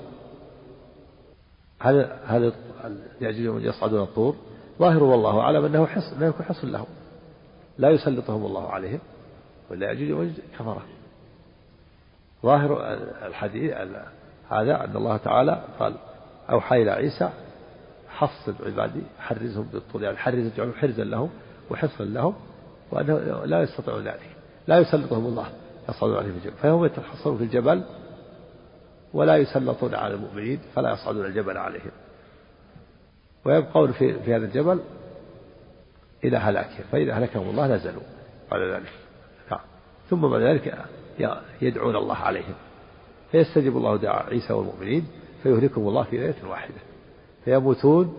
S2: هل يأجوج ومأجوج يصعدون الطور؟ ظاهر والله أعلم أنه يكون حصن لهم، لا يسلطهم الله عليهم، ولا يأجوج ومأجوج كفرة. ظاهر الحديث هذا أن الله تعالى قال أوحى إلى عيسى حصن عبادي حرزهم بالطول، يعني اجعلهم حرزا لهم وحصنا لهم، وأنه لا يستطيعون ذلك، لا يسلطهم الله يصعدون عليه في الجبل، فهم يتحصنون في الجبل ولا يسلطون على المؤمنين فلا يصعدون الجبل عليهم، ويبقون في هذا الجبل إلى هلاكهم، فإذا هلكهم الله نزلوا على ذلك. ثم بعد ذلك يدعون الله عليهم فيستجيب الله دعاء عيسى والمؤمنين فيهلكهم الله في ليلة واحدة فيموتون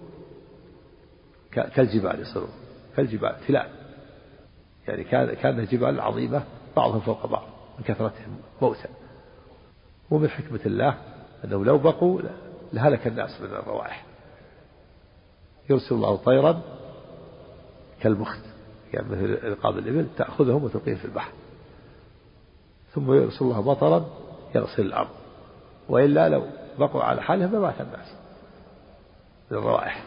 S2: كالجبال، يصيرون كالجبال تلال، يعني كان جبال عظيمة بعضهم فوق بعض من كثرتهم موتا. ومن حكمة الله أنه لو بقوا لهلك الناس من الروائح. يرسل الله طيرا كالبخت، يعني مثل رقاب الإبل تأخذهم وتلقيهم في البحر، ثم يرسل الله مطرا يغسل الأرض، وإلا لو بقوا على حالهم لمات الناس من الروائح.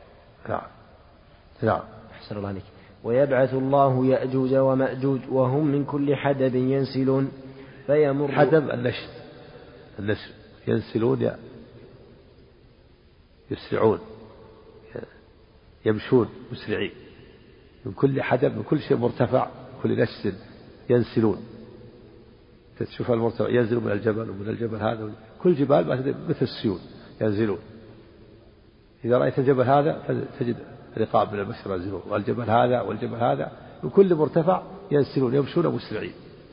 S2: نعم
S1: أحسن الله عليك. ويبعث الله يأجوج ومأجوج وهم من كل حدب ينسلون فيمر.
S2: حدب النسل ينسلون يسرعون يمشون مسرعين، من كل حدب من كل شيء مرتفع كل نشز ينسلون. تشوف المرتفع ينزل من الجبل ومن الجبل هذا، كل جبال مثل السيول ينزلون. إذا رأيت الجبل هذا تجد رقاب من البشر ينزلون، والجبل هذا والجبل هذا من كل مرتفع ينسلون يمشون مسرعين.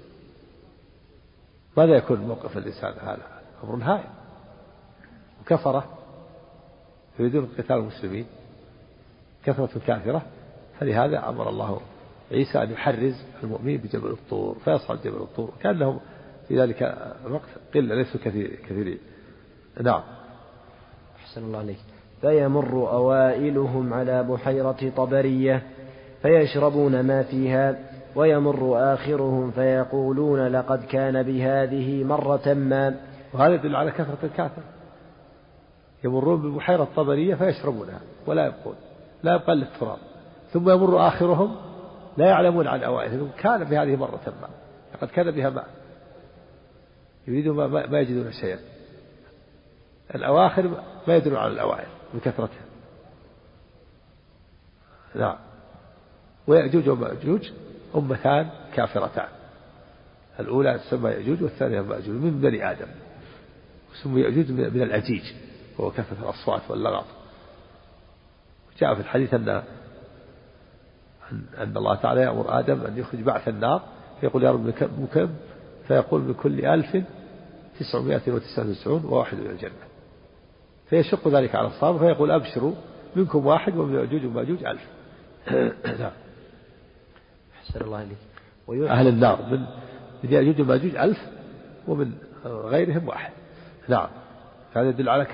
S2: ماذا يكون موقف الإنسان؟ هذا أمر هائل، وكفرة يريدون قتال المسلمين كثرة كافرة، فلهذا أمر الله عيسى أن يحرز المؤمنين بجبل الطور فيصعد جبل الطور، كأنهم في ذلك الوقت قلة ليسوا كثيرين. نعم
S1: أحسن الله عليك. فيمر أوائلهم على بحيرة طبرية فيشربون ما فيها، ويمر آخرهم فيقولون لقد كان بهذه مرة ما.
S2: وهذا يدل على كثرة الكافر، يمرون ببحيرة طبرية فيشربونها ولا يبقون، لا يبقى إلا التراب. ثم يمر آخرهم لا يعلمون عن أوائلهم كان بهذه مرة ما، لقد كان بها ماء، يريدون ما يجدون شيئا. الأواخر ما يدلون على الأوائل من كثرتها. نعم. ويأجوج ومأجوج أمتان كافرتان، الأولى تسمى يأجوج والثانية مأجوج من بني آدم، وسموا يأجوج من الأجيج وهو كثرة الأصوات واللغط. جاء في الحديث أن الله تعالى يأمر آدم أن يخرج بعث النار فيقول يا رب من كم؟ فيقول من كل 1999 وواحد من الجنة، فيشق ذلك على الصابر فيقول أبشروا منكم واحد ومن يأجوج ومأجوج 1000.
S1: أحسن الله عليك.
S2: أهل النار من يأجوج ومأجوج 1000 ومن غيرهم واحد. نعم هذا يدل على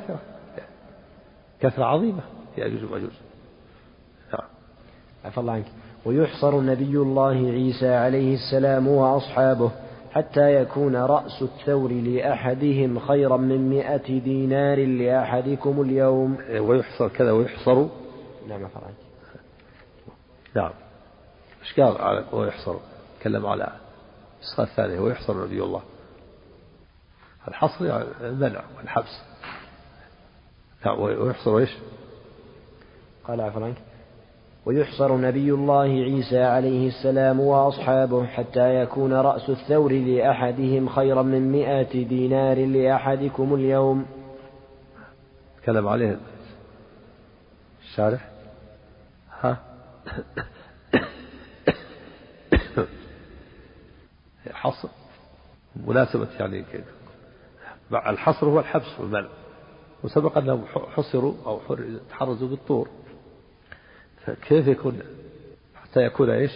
S2: كثرة عظيمة يأجوج ومأجوج. نعم
S1: عفى الله عنك. ويحصر نبي الله عيسى عليه السلام وأصحابه حتى يكون رأس الثور لأحدهم خيرا من 100 دينار لأحدكم اليوم.
S2: ويحصر كذا ويحصر.
S1: نعم فرعك.
S2: نعم. إيش قال ويحصر؟ تكلم على النسخة الثانية ويحصر نبي الله. الحصر يعني المنع والحبس. نعم. ويحصر إيش؟
S1: قال عفوا عنك. ويحصر نبي الله عيسى عليه السلام وأصحابه حتى يكون رأس الثور لأحدهم خيرا من 100 دينار لأحدكم اليوم.
S2: تكلم عليه الشارح. ها. حصر مناسبة يعني الحصر هو الحبس والمنع، وسبق أنهم حصروا أو تحرزوا بالطور، فكيف يكون حتى يكون إيش؟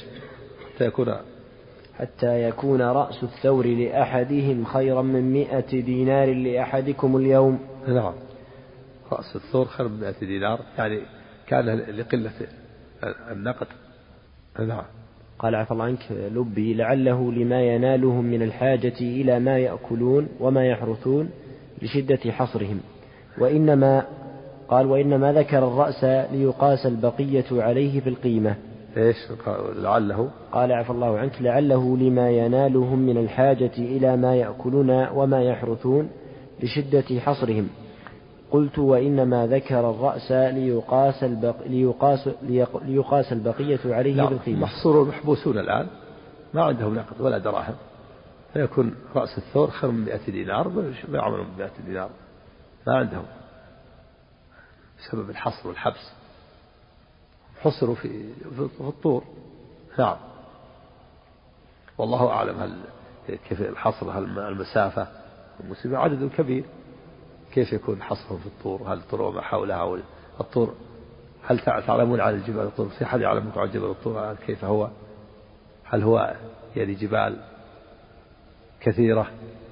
S1: حتى يكون رأس الثور لأحدهم خيرا من 100 دينار لأحدكم اليوم.
S2: نعم. رأس الثور خير من 100 دينار، يعني كان لقلة النقد. نعم.
S1: قال عفى الله عنك لبي لعله لما ينالهم من الحاجة إلى ما يأكلون وما يحرثون لشدة حصرهم، وإنما ذكر الرأس ليقاس البقية عليه في القيمة.
S2: إيش لعله؟
S1: قال عفى الله عنك لعله لما ينالهم من الحاجة إلى ما يأكلون وما يحرثون لشدة حصرهم. قلت وإنما ذكر الرأس ليقاس البقية عليه بالقيمة.
S2: محصورون محبوسون الآن ما عندهم نقد ولا دراهم، فيكون رأس الثور خير من 100 دينار، ما يعملون ب 100 دينار، ما عندهم بسبب الحصر والحبس، حصروا في الطور. نعم. والله أعلم هل كيف الحصر، هل المسافة المسافة عدد كبير، كيف يكون حصرهم في الطور؟ هل الطور وما حولها أو الطور؟ هل تعلمون عن الجبال الطور؟ في أحد يعلمكم عن جبل الطور كيف هو؟ هل هو يعني جبال كثيرة؟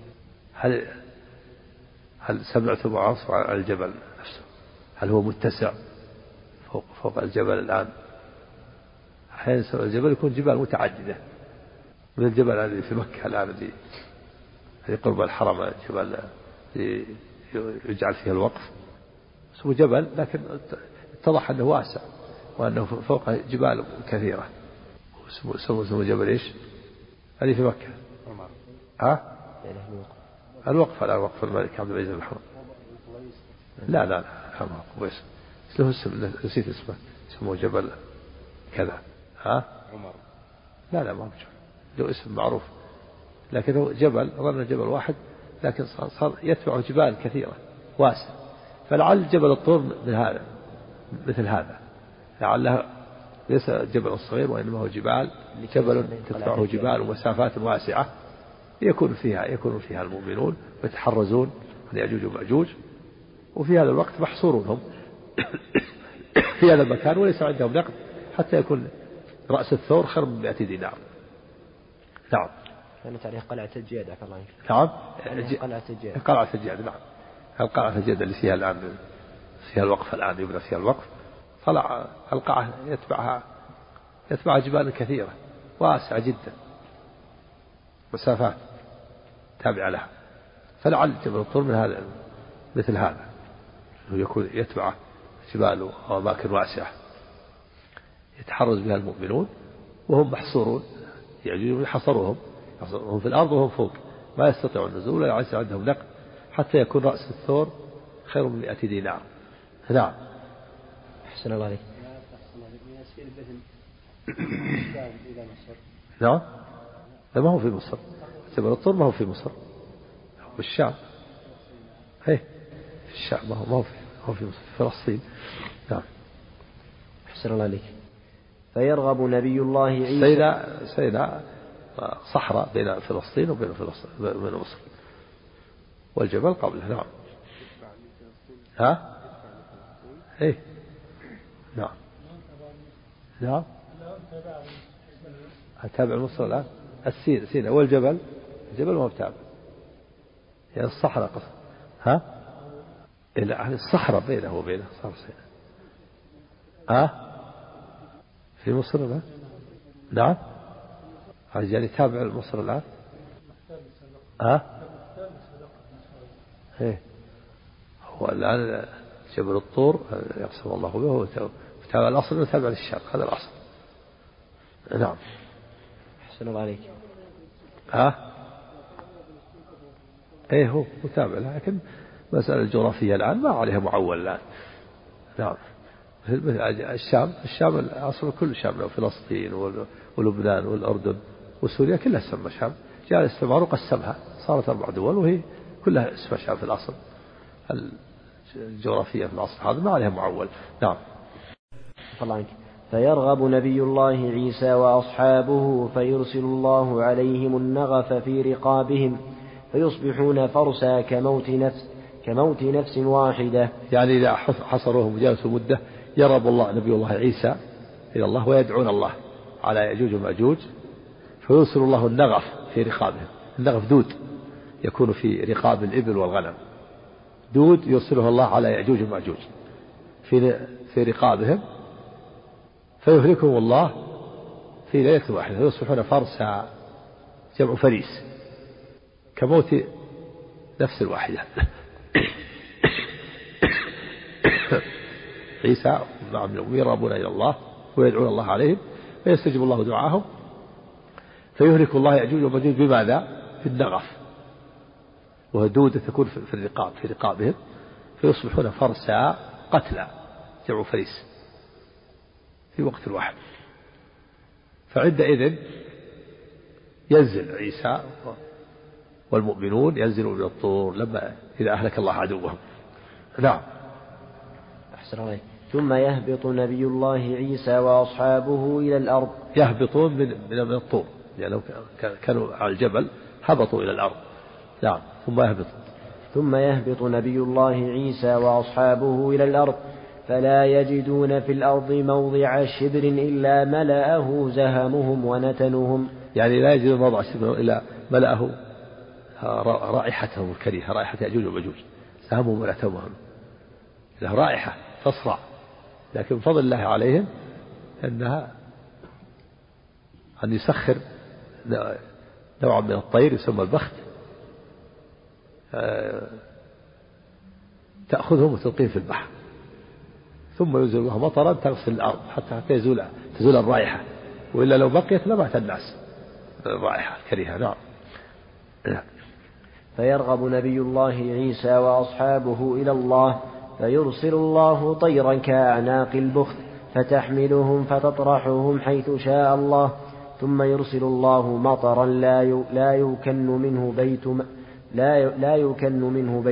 S2: هل سمعتم عن الجبل نفسه؟ هل هو متسع فوق الجبل الآن؟ أحيانا الجبل يكون جبال متعددة، من الجبل الذي في مكة الآن الذي قرب الحرم، جبل يجعل فيه الوقف اسمه جبل، لكن اتضح أنه واسع وأنه فوق جبال كثيرة، اسمه جبل إيش؟ هذه في مكة. ها؟ الوقف على وقف الملك عبد العزيز بن حرب. لا له اسم نسيت اسمه، اسمه جبل كذا. ها؟ عمر. لا ما هو له اسم معروف، لكنه جبل، ظن جبل واحد لكن صار يتبع جبال كثيرة واسع، فلعل جبل الطور من هذا مثل هذا، لعله ليس جبل صغير وإنما هو جبل تتبعه جبال ومسافات واسعة يكون فيها المؤمنون ويتحرزون عن يأجوج ومأجوج، وفي هذا الوقت محصورون هم في هذا المكان وليس عندهم نقد حتى يكون رأس الثور خير من 100 دينار. نعم.
S1: كانت عليه قلعة الجياد عفى الله عنك.
S2: نعم.
S1: قلعة
S2: الجياد. نعم. القلعة الجياد اللي فيها الآن فيها الوقف، الآن يبنى فيها الوقف، طلع القلعة يتبعها جبال كثيرة واسعة جدا، مسافات تابعة لها، فلعل جبل الطور من هذا مثل هذا، يكون يتبع جبال وأماكن واسعة يتحرز بها المؤمنون وهم محصورون، يعني يحصروهم في الأرض وهم فوق ما يستطيعون النزول ولا يعيش عندهم نقد حتى يكون رأس الثور خير من 100 دينار. نعم.
S1: أحسن الله عليك.
S2: نعم. لا ما هو في مصر، جبل الطور ما هو في مصر، هو في الشام. في الشام، ما هو في مصر، في فلسطين. نعم.
S1: أحسن الله عليك. فيرغب نبي الله عيسى.
S2: سينا صحراء بين فلسطين وبين مصر، والجبل قبله. نعم. ها؟ نعم. تابع مصر الآن سينا والجبل، الجبل ما بتابع، يعني الصحراء قصد. ها؟ إلى الصحراء بينه وبينه صار سينا. ها؟ في مصر الآن. نعم. يعني تابع مصر الآن. إيه هو الآن جبل الطور يقسم الله به وتابع الأصل وتابع للشام، هذا الأصل. نعم.
S1: أحسن الله عليك.
S2: إيه هو متابع، لكن مسألة الجغرافية الآن ما عليها معول الآن. نعم. الشام أصل كل شام، فلسطين ولبنان والأردن وسوريا كلها تسمى شام. جاء الاستعمار وقسمها صارت 4 دول وهي كلها اسمها شام في الأصل. الجغرافية في الأصل هذا ما عليها معول. نعم.
S1: فيرغب نبي الله عيسى وأصحابه فيرسل الله عليهم النغف في رقابهم فيصبحون فرسا كموت نفس واحدة.
S2: يعني إذا حصروهم وجلسوا مدة يرغب الله نبي الله عيسى إلى الله ويدعون الله على يأجوج ومأجوج، فيرسل الله النغف في رقابهم. النغف دود يكون في رقاب الإبل والغنم، دود يرسله الله على يأجوج ومأجوج في رقابهم فيهلكهم الله في ليلة واحدة، فيصبحون فرسا، جمع فريس، كموت نفس واحدة. عيسى معهم يرغبون إلى الله ويدعون الله عليهم فيستجيب الله دعاهم فيهلك الله يأجوج ومأجوج بماذا؟ بالنغف، وهدودة تكون في الرقاب في رقابهم فيصبحون فرسا قتلى، جمع فريس، في وقت واحد. فعندئذ ينزل عيسى والمؤمنون ينزلون من الطور لما إذا أهلك الله عدوهم. نعم.
S1: أحسن الله. ثم يهبط نبي الله عيسى وأصحابه إلى الأرض.
S2: يهبطون من الطور، يعني لو كانوا على الجبل هبطوا إلى الأرض. نعم. ثم
S1: يهبط نبي الله عيسى وأصحابه إلى الأرض فلا يجدون في الأرض موضع شبر إلا ملأه زهمهم ونتنهم.
S2: يعني لا يجدون موضع شبر إلا ملأه رائحتهم الكريهة، رائحة يأجوج ومأجوج، زهمهم ونتنهم، له رائحة تصرع، لكن بفضل الله عليهم أن يسخر نوع من الطير يسمى البخت تأخذهم وتلقيهم في البحر، ثم ينزل الله مطرا تغسل الأرض حتى تزول الرائحة، وإلا لو بقيت لمات الناس الرائحة الكريهة. نعم.
S1: فيرغب نبي الله عيسى وأصحابه إلى الله فيرسل الله طيرا كأعناق البخت فتحملهم فتطرحهم حيث شاء الله، ثم يرسل الله مطرا لا يكن منه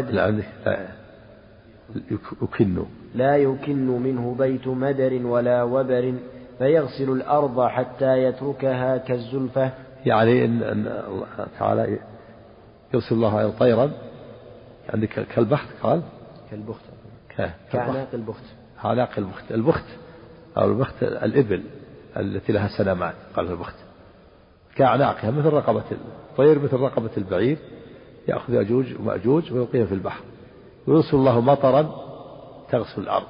S1: بيت مدر ولا وبر فيغسل الأرض حتى يتركها كالزلفة.
S2: يعني إن الله تعالى يرسل الله طيرا عندك كالبخت، قال
S1: كالبخت كأعناق البخت.
S2: أعناق البخت أو البخت الإبل التي لها سلامات، قال البخت كأعناقها مثل رقبة الطير، مثل رقبة البعير، يأخذ يأجوج ومأجوج ويلقيهم في البحر. ويرسل الله مطرا تغسل الأرض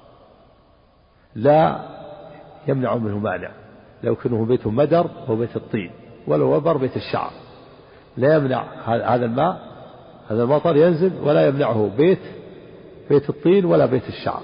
S2: لا يمنع منه مانع، لو كانه بيت مدر هو بيت الطين، ولو وبر بيت الشعر، لا يمنع هذا الماء، هذا المطر ينزل ولا يمنعه بيت الطين ولا بيت الشعر،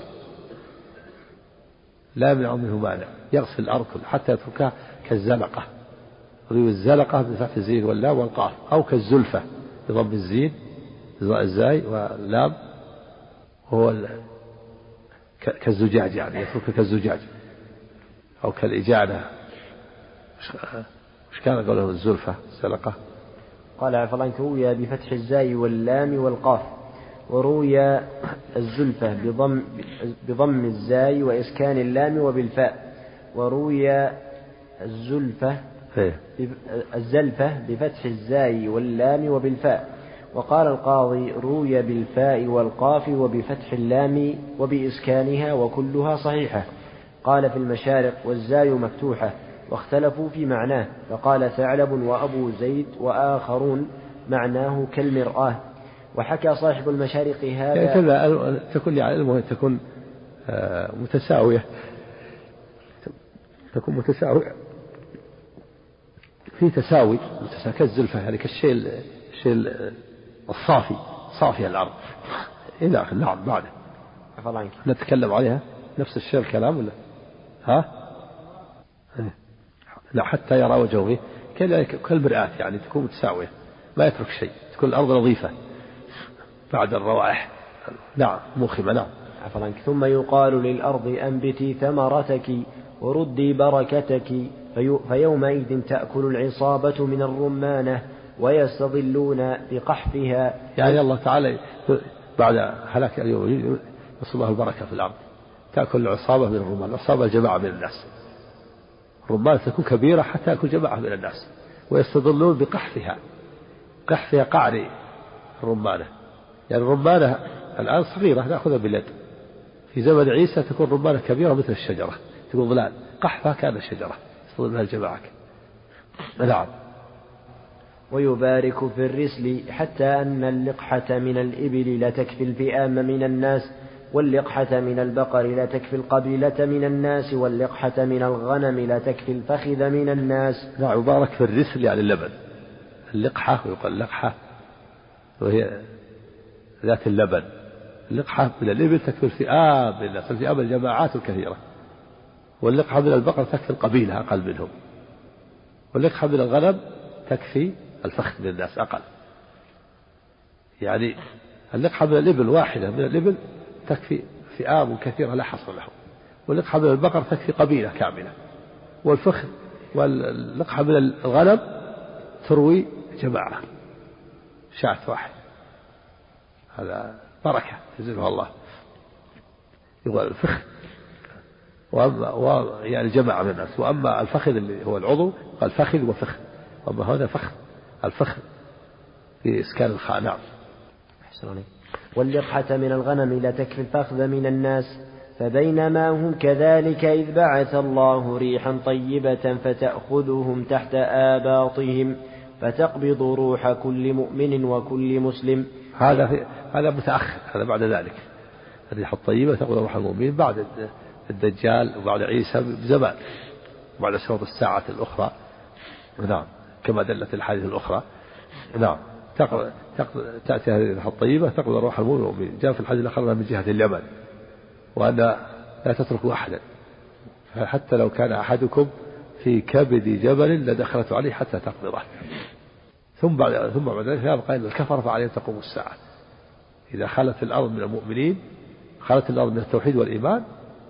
S2: لا يمنع منه مانع، يغسل الأرض حتى يتركها كالزلقة. الزلقة بفتح الزين واللام والقاف، أو كالزلفة بضم الزين الزاي واللام، هو كالزجاج، يعني يتركها كالزجاج أو كالإجانة. مش كان قوله الزلفة الزلقة؟
S1: قال عفوا روي بفتح الزاي واللام والقاف، وروي الزلفة بضم الزاي وإسكان اللام وبالفاء، وروي الزلفة بفتح الزاي واللام وبالفاء. وقال القاضي روي بالفاء والقاف وبفتح اللام وبإسكانها وكلها صحيحة. قال في المشارق والزاي مفتوحة، واختلفوا في معناه، فقال ثعلب وأبو زيد وآخرون معناه كالمرآة. وحكى صاحب المشارق هذا
S2: يعني كذا تكون يعني المهم تكون متساوية، تكون متساوية في تساوي كالزلفة، يعني كالشيء الشيء الصافي، صافي الأرض. إلى آخر. نعم. بعده نتكلم عليها نفس الشيء الكلام ولا ها؟ لا، حتى يرى وجهه كالمرآة، يعني تكون متساوية ما يترك شيء، تكون الأرض نظيفة بعد الروائح. نعم. موخمة. نعم.
S1: ثم يقال للأرض أنبتي ثمرتك وردي بركتك، فيومئذ تأكل العصابة من الرمانة ويستظلون بقحفها.
S2: يعني الله تعالى بعد هلاك اليوم يصل الله البركة في الأرض، تأكل العصابة من الرمان. العصابة الجماعة من الناس، الرمان تكون كبيرة حتى يأكل جماعة من الناس، ويستظلون بقحفها. قحفها قعر الرمانة، يعني الرمانة الآن صغيرة نأخذها باليد، في زمن عيسى تكون رمانة كبيرة مثل الشجرة، تكون ظلال. قحفها كان الشجرة يستظل بها الجماعة. نعم.
S1: ويبارك في الرسل حتى أن اللقحة من الإبل لا تكفي الفئام من الناس، واللقحة من البقر لا تكفي القبيلة من الناس، واللقحة من الغنم لا تكفي الفخذ من الناس.
S2: نعم. يبارك في الرسل يعني اللبن. اللقحة ويقال لقحة وهي ذات اللبن. اللقحة من الإبل تكفي الفئام من الناس، الفئام الجماعات الكثيرة. واللقحة من البقر تكفي القبيلة أقل منهم. واللقحة من الغنم تكفي الفخذ من الناس أقل. يعني اللقحة من الإبل واحدة من الإبل تكفي فئام كثيرة لا حصر لهم. واللقحة من البقر تكفي قبيلة كاملة. والفخذ واللقحة من الغنم تروي جماعة، شاة واحد. هذا بركة ينزلها الله. يقول الفخذ يعني جماعة من الناس. وأما الفخذ اللي هو العضو قال فخذ وفخذ، وأما هذا فخذ الفخذ في إسكان الخاء. نعم.
S1: واللقحة من الغنم لا تكفي الفخذ من الناس. فبينما هم كذلك إذ بعث الله ريحا طيبة فتأخذهم تحت آباطهم فتقبض روح كل مؤمن وكل مسلم.
S2: هذا متأخر، هذا بعد ذلك. الريح الطيبة تقبض روح المؤمنين بعد الدجال وبعد عيسى بزمان، بعد شروط الساعة الأخرى. نعم. كما دلت الحديث الأخرى. نعم. تأتي هذه الريح الطيبة تقبض روح المؤمنين. جاء في الحديث الآخر من جهة اليمن، وأن لا تتركوا أحدا، حتى لو كان أحدكم في كبد جبل لدخلت عليه حتى تقبضه. ثم بعد ذلك يبقى إن الكفر فعليهم تقوم الساعة. إذا خلت الأرض من المؤمنين، خلت الأرض من التوحيد والإيمان،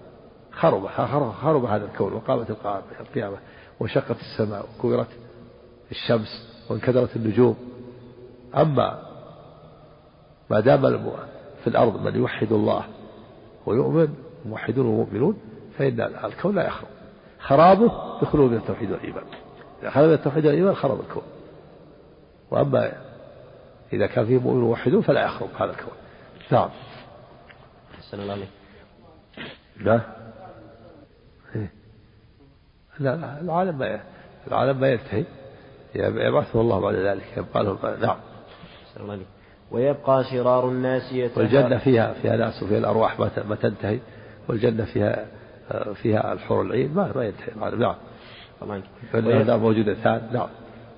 S2: خرب هذا الكون، وقامت القيامة، وشقت السماء، وكورت الشمس، وانكدرت النجوم. أما ما دام في الأرض من يوحد الله ويؤمن، موحدون ومؤمنون، فإن الكون لا يخرب. خرابه بخلو من التوحيد والإيمان. إذا خلو من التوحيد والإيمان خرب الكون. وأما إذا كان فيه مؤمن وموحدون فلا يخرب هذا الكون. نعم.
S1: أحسن الله عليك.
S2: لا العالم ما ينتهي، يبعثه الله بعد ذلك، يبقى له. نعم.
S1: أحسن الله عليك. ويبقى شرار الناس
S2: والجنة فيها ناس وفيها الأرواح ما تنتهي، والجنة فيها الحور العين ما ينتهي. نعم. فالنار موجودتان. نعم.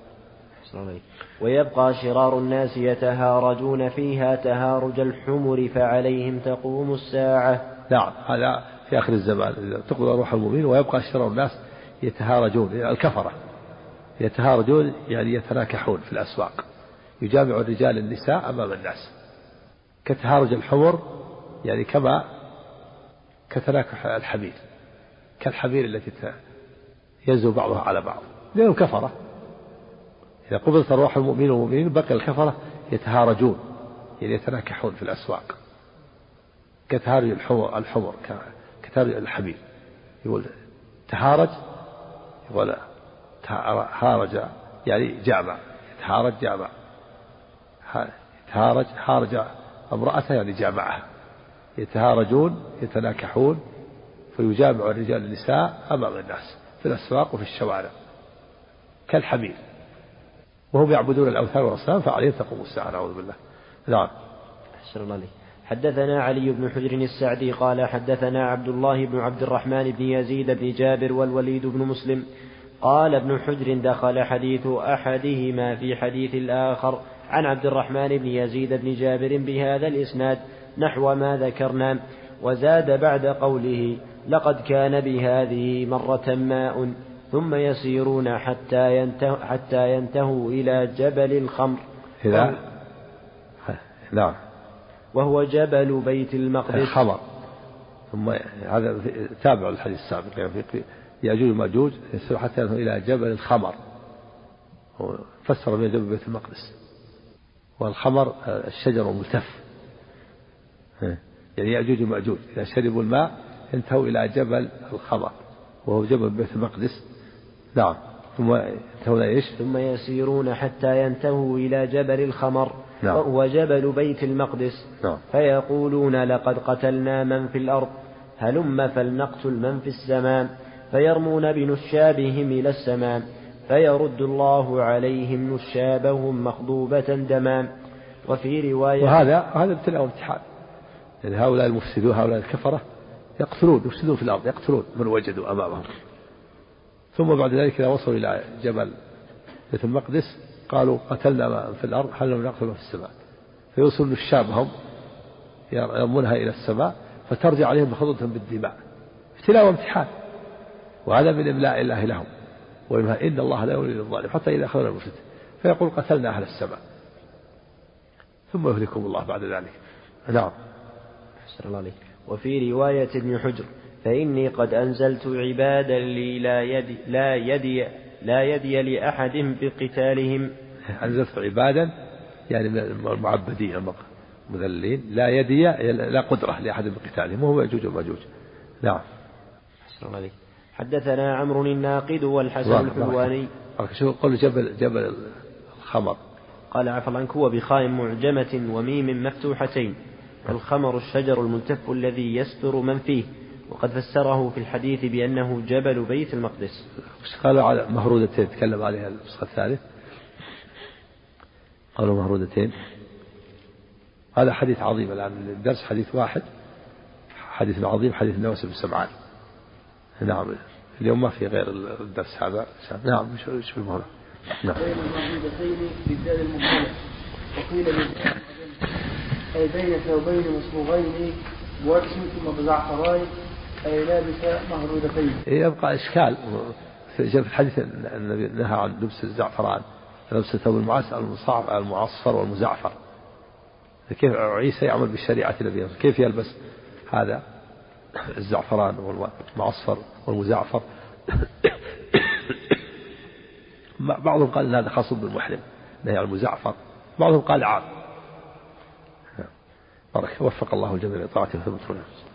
S1: ويبقى شرار الناس يتهارجون فيها تهارج الحمر فعليهم تقوم الساعة.
S2: نعم. هذا في آخر الزمان تقبض روح المؤمنين. ويبقى شرار الناس يتهارجون، الكفرة يتهارجون يعني يتناكحون في الأسواق، يجامع الرجال النساء أمام الناس كتهارج الحمر، يعني كما كتناكح الحمير، كالحمير التي ينزو بعضها على بعض، لأنهم كفرة. إذا قبضت أرواح المؤمنين والمؤمنين بقي الكفرة يتهارجون، يعني يتناكحون في الأسواق كتهارج الحمر كتهارج الحمير. يقول تهارج، يقول هارج يعني جامع، يتهارج جامع، هارج امرأته يعني جامعها. يتهارجون يتناكحون، فيجامع الرجال النساء أمام الناس في الأسواق وفي الشوارع كالحمير، وهم يعبدون الأوثان والأصنام فعليهم تقوم الساعة. نعوذ بالله. نعم.
S1: أحسن الله عليك. حدثنا علي بن حجر السعدي قال حدثنا عبد الله بن عبد الرحمن بن يزيد بن جابر والوليد بن مسلم قال ابن حجر دخل حديث أحدهما في حديث الآخر عن عبد الرحمن بن يزيد بن جابر بهذا الإسناد نحو ما ذكرنا، وزاد بعد قوله: لقد كان بهذه مرة ماء ثم يسيرون حتى ينتهوا إلى جبل الخمر.
S2: نعم.
S1: وهو جبل بيت المقدس.
S2: الخمر. ثم هذا تابع الحديث السابق، يعني في يأجوج ومأجوج يسير حتى ينتهوا إلى جبل الخمر، فسر به جبل بيت المقدس. والخمر الشجر الملتف، يعني يأجوج ومأجوج إذا شربوا الماء انتهوا إلى جبل الخمر وهو جبل بيت المقدس. نعم. ثم ينتهون إيش؟
S1: ثم يسيرون حتى ينتهوا إلى جبل الخمر.
S2: نعم.
S1: وهو جبل بيت المقدس.
S2: نعم.
S1: فيقولون: لقد قتلنا من في الأرض، هلم فلنقتل من في السماء. فيرمون بنشابهم إلى السماء، فيرد الله عليهم نشابهم مخضوبة دما. وفي رواية:
S2: وهذا ابتلاء وامتحان، يعني هؤلاء المفسدون هؤلاء الكفرة يفسدون في الأرض، يقتلون من وجدوا أمامهم. ثم بعد ذلك إذا وصلوا إلى جبل بيت المقدس قالوا: قتلنا من في الأرض، هل نقتل من في السماء. فيوصل نشابهم يرمونها إلى السماء فترجع عليهم مخضوضة بالدماء. ابتلاء وامتحان، وهذا من إملاء الله لهم، وإنها إن الله لا يولي للظالم حتى إذا أخذنا المفسد فيقول: قتلنا أهل السماء، ثم يهلكهم الله بعد ذلك. نعم.
S1: وفي رواية ابن حجر: فإني قد أنزلت عبادا لي لا يدي لأحد بقتالهم.
S2: أنزلت عبادا يعني المعبدين المذلين، لا يدي لا قدرة لأحد بقتالهم، وهو يأجوج ومأجوج. نعم.
S1: حدثنا عمرو الناقد والحسن الحلواني.
S2: شو قول جبل الخمر؟
S1: قال: عفى الله عنك، هو بخاء معجمة وميم مفتوحتين. الخمر الشجر الملتف الذي يستر من فيه، وقد فسره في الحديث بأنه جبل بيت المقدس.
S2: قالوا على مهرودتين تكلم عليها النسخة الثالث، قالوا مهرودتين. هذا حديث عظيم. الآن الدرس حديث واحد، حديث عظيم، حديث النواس بن سمعان. نعم. اليوم ما في غير الدرس هذا. نعم. مش بالمهرة. نعم.
S3: بين المهرودتين بالدال المهملة، وقيل أي بين ثوبين مصبوغين بوكس ثم بزعفران، أي لابس مهرودتين.
S2: يبقى إشكال في الحديث النبي نهى عن لبس الزعفران، لبس ثوب المعصفر والمزعفر. كيف عيسى يعمل بالشريعة النبي؟ كيف يلبس هذا الزعفران والمعصفر والمزعفر؟ بعضهم قال ان هذا خاص بالمحرم، نهي عن المزعفر. بعضهم قال عام. بارك وفق الله الجميع لطاعته وثبت.